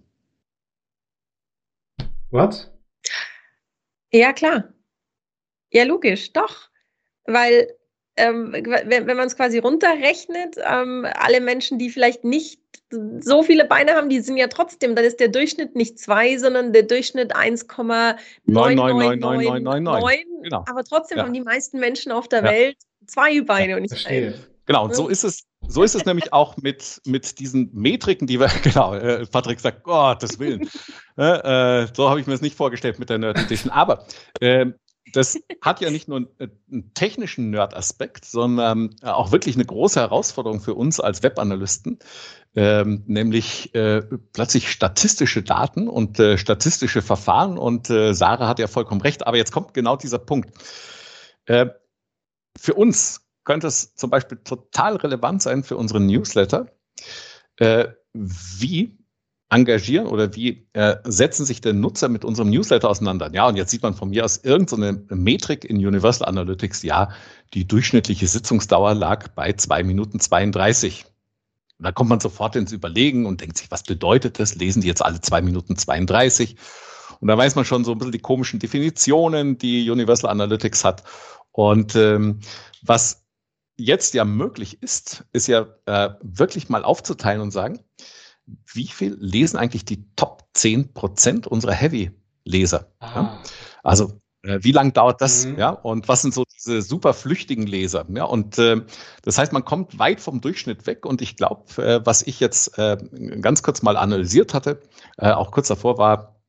Was? Ja, klar. Ja, logisch, doch. Weil Ähm, wenn, wenn man es quasi runterrechnet, ähm, alle Menschen, die vielleicht nicht so viele Beine haben, die sind ja trotzdem, dann ist der Durchschnitt nicht zwei, sondern der Durchschnitt eins Komma neun neun neun neun neun. Genau. Aber trotzdem ja. haben die meisten Menschen auf der ja. Welt zwei Beine ja, und nicht ein. Genau, und so ist es, so ist es nämlich auch mit, mit diesen Metriken, die wir, genau, äh, Patrick sagt, Gottes Willen. äh, so habe ich mir das nicht vorgestellt mit der Nerd Edition. Aber äh, das hat ja nicht nur einen, einen technischen Nerd-Aspekt, sondern auch wirklich eine große Herausforderung für uns als Webanalysten, ähm, nämlich äh, plötzlich statistische Daten und äh, statistische Verfahren. Und äh, Sarah hat ja vollkommen recht, aber jetzt kommt genau dieser Punkt. Äh, für uns könnte es zum Beispiel total relevant sein für unseren Newsletter, äh, wie engagieren oder wie äh, setzen sich der Nutzer mit unserem Newsletter auseinander? Ja, und jetzt sieht man von mir aus irgendeine so Metrik in Universal Analytics, ja, die durchschnittliche Sitzungsdauer lag bei zwei Minuten zweiunddreißig. Und da kommt man sofort ins Überlegen und denkt sich, was bedeutet das? Lesen die jetzt alle zwei Minuten zweiunddreißig? Und da weiß man schon so ein bisschen die komischen Definitionen, die Universal Analytics hat. Und ähm, was jetzt ja möglich ist, ist ja äh, wirklich mal aufzuteilen und sagen, wie viel lesen eigentlich die Top zehn Prozent unserer Heavy-Leser? Ah. Ja? Also äh, wie lange dauert das? Mhm. Ja? Und was sind so diese super flüchtigen Leser? Ja? Und äh, das heißt, man kommt weit vom Durchschnitt weg. Und ich glaube, äh, was ich jetzt äh, ganz kurz mal analysiert hatte, äh, auch kurz davor war,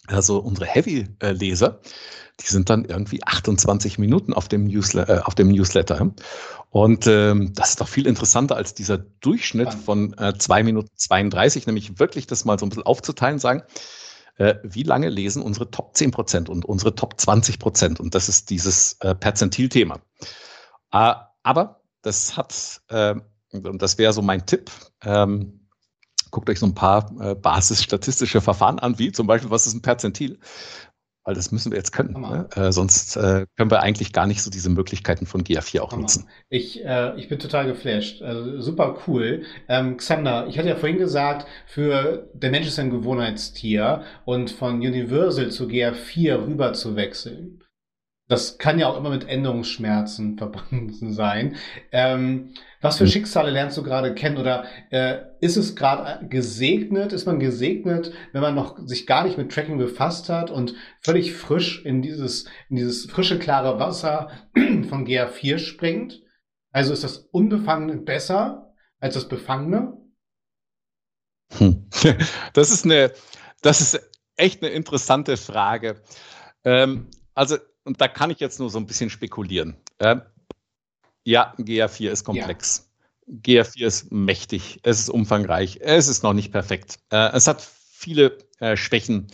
Also unsere Heavy-Leser, die sind dann irgendwie achtundzwanzig Minuten auf dem, Newsle- äh, auf dem Newsletter. Und ähm, das ist doch viel interessanter als dieser Durchschnitt von äh, zwei Minuten zweiunddreißig, nämlich wirklich das mal so ein bisschen aufzuteilen, sagen, äh, wie lange lesen unsere Top zehn Prozent und unsere Top zwanzig Prozent? Und das ist dieses äh, Perzentil-Thema. Äh, aber das hat, äh, und das wäre so mein Tipp, ähm, guckt euch so ein paar äh, basisstatistische Verfahren an, wie zum Beispiel, was ist ein Perzentil? Weil das müssen wir jetzt können. Ne? Äh, sonst äh, können wir eigentlich gar nicht so diese Möglichkeiten von G A vier auch Hammer. nutzen. Ich, äh, ich bin total geflasht. Also super cool. Ähm, Xander, ich hatte ja vorhin gesagt, für der Mensch ist ein Gewohnheitstier und von Universal zu G A vier rüber zu wechseln. Das kann ja auch immer mit Änderungsschmerzen verbunden sein. Ähm, was für Mhm. Schicksale lernst du gerade kennen? Oder äh, ist es gerade gesegnet? Ist man gesegnet, wenn man noch sich gar nicht mit Tracking befasst hat und völlig frisch in dieses, in dieses frische, klare Wasser von G A vier springt? Also ist das Unbefangene besser als das Befangene? Hm. Das ist eine, das ist echt eine interessante Frage. Ähm, also, und da kann ich jetzt nur so ein bisschen spekulieren. Ähm, ja, G A vier ist komplex. Ja. G A vier ist mächtig, es ist umfangreich, es ist noch nicht perfekt. Äh, es hat viele äh, Schwächen,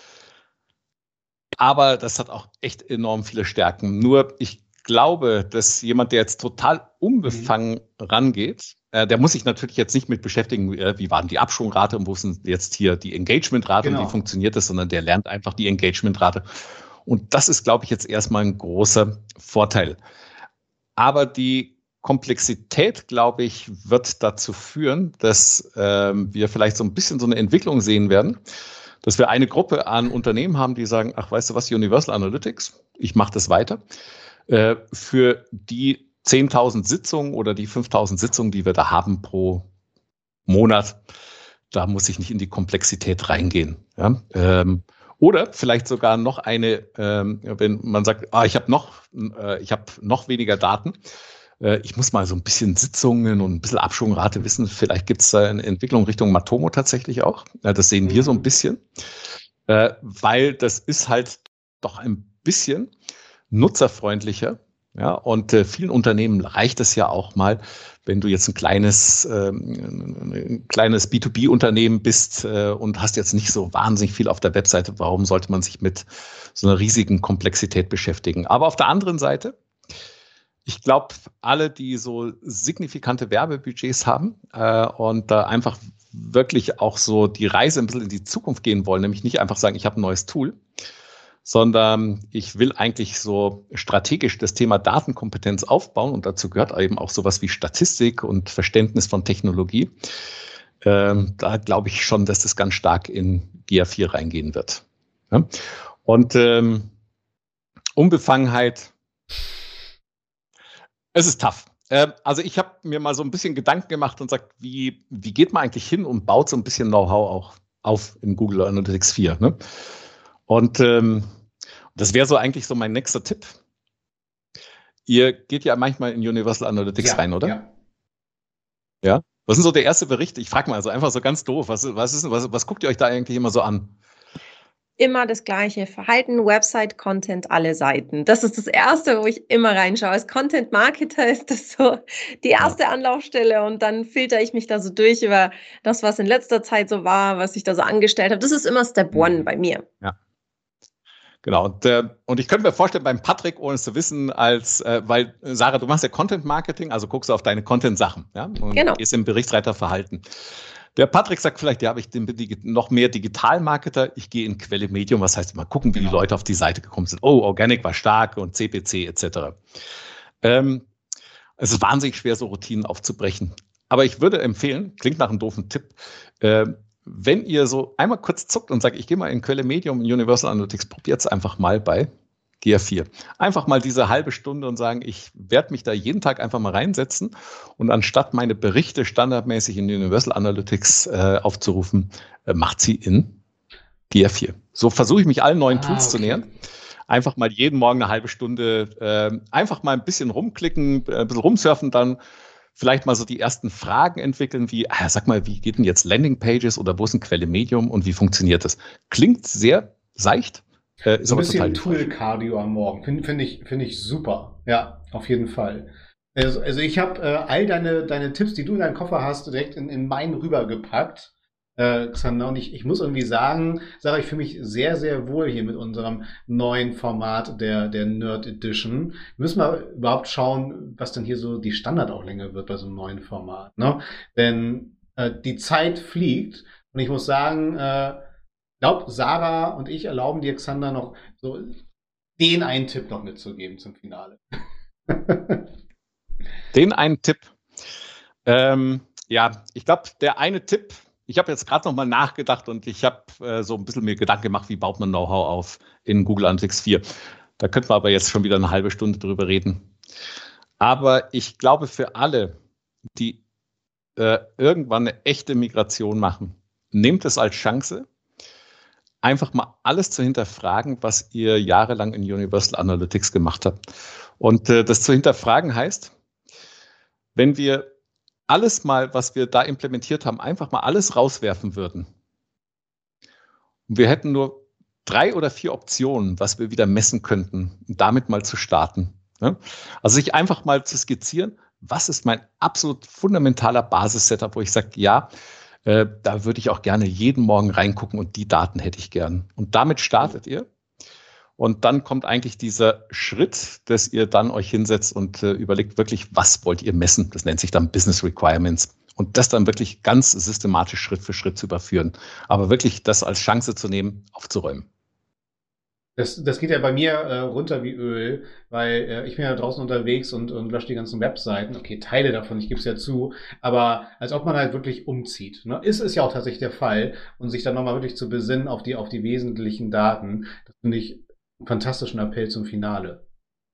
aber das hat auch echt enorm viele Stärken. Nur ich glaube, dass jemand, der jetzt total unbefangen mhm. rangeht, äh, der muss sich natürlich jetzt nicht mit beschäftigen, äh, wie war denn die Abschwungrate und wo ist denn jetzt hier die Engagementrate genau. und wie funktioniert das, sondern der lernt einfach die Engagementrate. Und das ist, glaube ich, jetzt erstmal ein großer Vorteil. Aber die Komplexität, glaube ich, wird dazu führen, dass ähm, wir vielleicht so ein bisschen so eine Entwicklung sehen werden, dass wir eine Gruppe an Unternehmen haben, die sagen, ach, weißt du was, Universal Analytics, ich mache das weiter. Äh, für die zehntausend Sitzungen oder die fünftausend Sitzungen, die wir da haben pro Monat, da muss ich nicht in die Komplexität reingehen. Ja? Ähm, Oder vielleicht sogar noch eine, ähm, wenn man sagt, ah, ich habe noch, äh, ich habe noch weniger Daten, äh, ich muss mal so ein bisschen Sitzungen und ein bisschen Abschwungrate wissen. Vielleicht gibt es da eine Entwicklung Richtung Matomo tatsächlich auch. Ja, das sehen wir so ein bisschen, äh, weil das ist halt doch ein bisschen nutzerfreundlicher. Ja, und äh, vielen Unternehmen reicht es ja auch mal, wenn du jetzt ein kleines, ähm, ein kleines B zwei B-Unternehmen bist äh, und hast jetzt nicht so wahnsinnig viel auf der Webseite, warum sollte man sich mit so einer riesigen Komplexität beschäftigen? Aber auf der anderen Seite, ich glaube, alle, die so signifikante Werbebudgets haben äh, und da einfach wirklich auch so die Reise ein bisschen in die Zukunft gehen wollen, nämlich nicht einfach sagen, ich habe ein neues Tool, sondern ich will eigentlich so strategisch das Thema Datenkompetenz aufbauen und dazu gehört eben auch sowas wie Statistik und Verständnis von Technologie. Ähm, da glaube ich schon, dass das ganz stark in G A vier reingehen wird. Ja? Und ähm, Unbefangenheit, es ist tough. Äh, also ich habe mir mal so ein bisschen Gedanken gemacht und sagt, wie, wie geht man eigentlich hin und baut so ein bisschen Know-how auch auf in Google Analytics vier, ne? Und ähm, das wäre so eigentlich so mein nächster Tipp. Ihr geht ja manchmal in Universal Analytics ja, rein, oder? Ja. Ja. Was ist so der erste Bericht? Ich frage mal also einfach so ganz doof. Was, was, ist, was, was guckt ihr euch da eigentlich immer so an? Immer das gleiche Verhalten, Website, Content, alle Seiten. Das ist das Erste, wo ich immer reinschaue. Als Content-Marketer ist das so die erste ja. Anlaufstelle und dann filter ich mich da so durch über das, was in letzter Zeit so war, was ich da so angestellt habe. Das ist immer Step One mhm. bei mir. Ja. Genau, und, äh, und ich könnte mir vorstellen, beim Patrick, ohne es zu wissen, als, äh, weil, Sarah, du machst ja Content-Marketing, also guckst du auf deine Content-Sachen, ja, und genau. gehst im Berichtsreiterverhalten. Der Patrick sagt vielleicht, ja, habe ich den, die, noch mehr Digital-Marketer, ich gehe in Quelle Medium, was heißt, mal gucken, wie genau. die Leute auf die Seite gekommen sind. Oh, Organic war stark und C P C et cetera. Ähm, es ist wahnsinnig schwer, so Routinen aufzubrechen. Aber ich würde empfehlen, klingt nach einem doofen Tipp, äh, wenn ihr so einmal kurz zuckt und sagt, ich gehe mal in Quelle Medium und Universal Analytics, probiert es einfach mal bei G A vier. Einfach mal diese halbe Stunde und sagen, ich werde mich da jeden Tag einfach mal reinsetzen und anstatt meine Berichte standardmäßig in Universal Analytics äh, aufzurufen, äh, macht sie in G A vier. So versuche ich mich allen neuen ah, Tools okay. zu nähern. Einfach mal jeden Morgen eine halbe Stunde äh, einfach mal ein bisschen rumklicken, ein bisschen rumsurfen, dann vielleicht mal so die ersten Fragen entwickeln, wie, ah, sag mal, wie geht denn jetzt Landingpages oder wo ist ein Quelle Medium und wie funktioniert das? Klingt sehr seicht. Äh, ist so ein bisschen Tool-Cardio am Morgen. Finde find ich, find ich super. Ja, auf jeden Fall. Also, also ich habe äh, all deine, deine Tipps, die du in deinem Koffer hast, direkt in, in meinen rübergepackt. Äh, Xander, und ich, ich muss irgendwie sagen, sage ich, fühle mich sehr, sehr wohl hier mit unserem neuen Format der, der Nerd Edition. Wir müssen mal überhaupt schauen, was denn hier so die Standardauflänge wird bei so einem neuen Format. Ne? Denn äh, die Zeit fliegt und ich muss sagen, äh, ich glaube, Sarah und ich erlauben dir, Xander, noch so den einen Tipp noch mitzugeben zum Finale. Den einen Tipp. Ähm, ja, ich glaube, der eine Tipp, ich habe jetzt gerade noch mal nachgedacht und ich habe äh, so ein bisschen mir Gedanken gemacht, wie baut man Know-how auf in Google Analytics vier. Da könnten wir aber jetzt schon wieder eine halbe Stunde drüber reden. Aber ich glaube, für alle, die äh, irgendwann eine echte Migration machen, nehmt es als Chance, einfach mal alles zu hinterfragen, was ihr jahrelang in Universal Analytics gemacht habt. Und äh, das zu hinterfragen heißt, wenn wir alles mal, was wir da implementiert haben, einfach mal alles rauswerfen würden. Und wir hätten nur drei oder vier Optionen, was wir wieder messen könnten, um damit mal zu starten. Ja? Also sich einfach mal zu skizzieren, was ist mein absolut fundamentaler Basis-Setup, wo ich sage, ja, äh, da würde ich auch gerne jeden Morgen reingucken und die Daten hätte ich gern. Und damit startet ihr. Und dann kommt eigentlich dieser Schritt, dass ihr dann euch hinsetzt und äh, überlegt wirklich, was wollt ihr messen? Das nennt sich dann Business Requirements. Und das dann wirklich ganz systematisch Schritt für Schritt zu überführen. Aber wirklich das als Chance zu nehmen, aufzuräumen. Das, das geht ja bei mir äh, runter wie Öl, weil äh, ich bin ja draußen unterwegs und, und lösche die ganzen Webseiten. Okay, Teile davon, ich gebe es ja zu, aber als ob man halt wirklich umzieht. Ne? Ist es ja auch tatsächlich der Fall. Und sich dann nochmal wirklich zu besinnen auf die, auf die wesentlichen Daten, das finde ich einen fantastischen Appell zum Finale.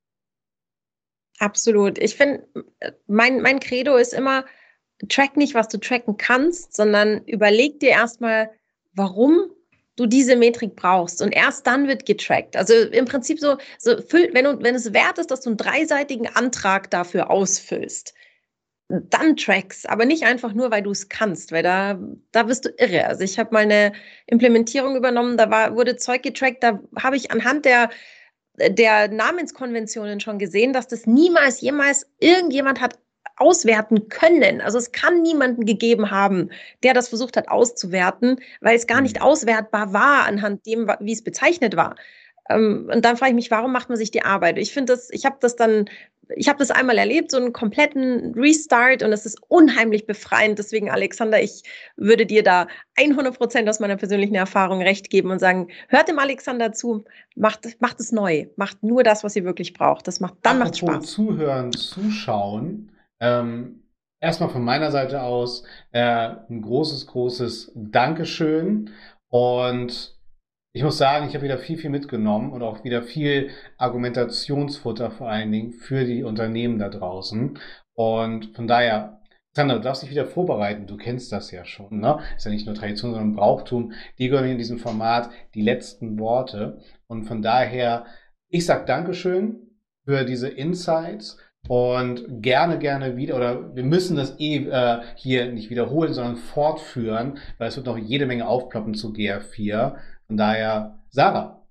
Absolut. Ich finde, mein, mein Credo ist immer, track nicht, was du tracken kannst, sondern überleg dir erstmal, warum du diese Metrik brauchst. Und erst dann wird getrackt. Also im Prinzip so, so füll, wenn, du, wenn es wert ist, dass du einen dreiseitigen Antrag dafür ausfüllst, dann trackst, aber nicht einfach nur, weil du es kannst, weil da, da wirst du irre. Also ich habe mal eine Implementierung übernommen, da war, wurde Zeug getrackt, da habe ich anhand der, der Namenskonventionen schon gesehen, dass das niemals, jemals irgendjemand hat auswerten können. Also es kann niemanden gegeben haben, der das versucht hat auszuwerten, weil es gar nicht auswertbar war anhand dem, wie es bezeichnet war. Und dann frage ich mich, warum macht man sich die Arbeit? Ich finde das, ich habe das dann, ich habe das einmal erlebt, so einen kompletten Restart und es ist unheimlich befreiend. Deswegen, Alexander, ich würde dir da hundert Prozent aus meiner persönlichen Erfahrung recht geben und sagen, hört dem Alexander zu, macht, macht es neu, macht nur das, was ihr wirklich braucht. Das macht, dann macht Spaß. Zuhören, zuschauen. Ähm, erstmal von meiner Seite aus äh, ein großes, großes Dankeschön und ich muss sagen, ich habe wieder viel, viel mitgenommen und auch wieder viel Argumentationsfutter vor allen Dingen für die Unternehmen da draußen. Und von daher, Sandra, du darfst dich wieder vorbereiten. Du kennst das ja schon, ne? Ist ja nicht nur Tradition, sondern Brauchtum. Die gehören in diesem Format die letzten Worte. Und von daher, ich sag Dankeschön für diese Insights. Und gerne, gerne wieder, oder wir müssen das eh äh, hier nicht wiederholen, sondern fortführen, weil es wird noch jede Menge aufploppen zu G R vier. Von daher, Sarah.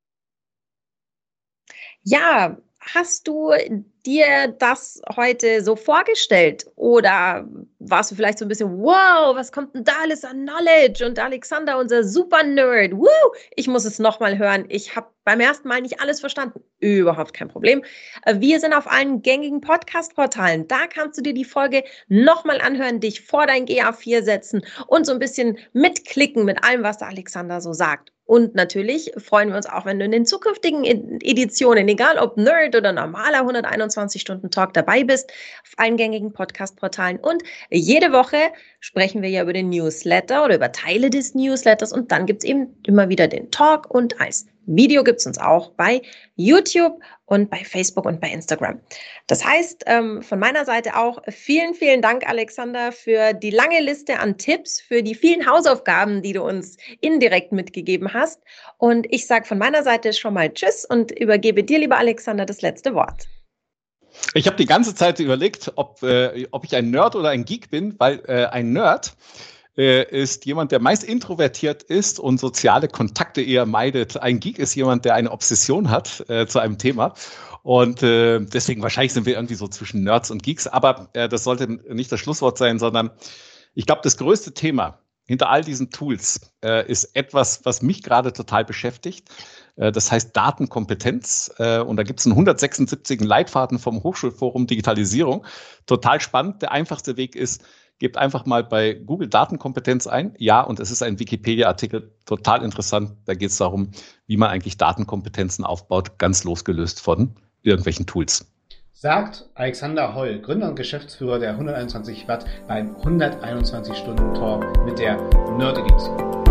Ja, hast du dir das heute so vorgestellt? Oder warst du vielleicht so ein bisschen, wow, was kommt denn da alles an Knowledge? Und Alexander, unser Super-Nerd, woo, ich muss es nochmal hören. Ich habe beim ersten Mal nicht alles verstanden. Überhaupt kein Problem. Wir sind auf allen gängigen Podcast-Portalen. Da kannst du dir die Folge nochmal anhören, dich vor dein G A vier setzen und so ein bisschen mitklicken mit allem, was der Alexander so sagt. Und natürlich freuen wir uns auch, wenn du in den zukünftigen Editionen, egal ob Nerd oder normaler hunderteinundzwanzig Stunden Talk dabei bist, auf allen gängigen Podcast-Portalen. Und jede Woche sprechen wir ja über den Newsletter oder über Teile des Newsletters. Und dann gibt es eben immer wieder den Talk und als Video gibt es uns auch bei YouTube und bei Facebook und bei Instagram. Das heißt, ähm, von meiner Seite auch vielen, vielen Dank, Alexander, für die lange Liste an Tipps, für die vielen Hausaufgaben, die du uns indirekt mitgegeben hast. Und ich sage von meiner Seite schon mal Tschüss und übergebe dir, lieber Alexander, das letzte Wort. Ich habe die ganze Zeit überlegt, ob, äh, ob ich ein Nerd oder ein Geek bin, weil äh, ein Nerd äh, ist jemand, der meist introvertiert ist und soziale Kontakte eher meidet. Ein Geek ist jemand, der eine Obsession hat äh, zu einem Thema. Und äh, deswegen wahrscheinlich sind wir irgendwie so zwischen Nerds und Geeks. Aber äh, das sollte nicht das Schlusswort sein, sondern ich glaube, das größte Thema hinter all diesen Tools äh, ist etwas, was mich gerade total beschäftigt. Äh, das heißt Datenkompetenz. Äh, und da gibt es einen hundertsechsundsiebzigen Leitfaden vom Hochschulforum Digitalisierung. Total spannend. Der einfachste Weg ist, gebt einfach mal bei Google Datenkompetenz ein. Ja, und es ist ein Wikipedia-Artikel, total interessant. Da geht es darum, wie man eigentlich Datenkompetenzen aufbaut, ganz losgelöst von irgendwelchen Tools. Sagt Alexander Holl, Gründer und Geschäftsführer der hunderteinundzwanzig Watt beim hunderteinundzwanzig Stunden Talk mit der Nerd-Edition.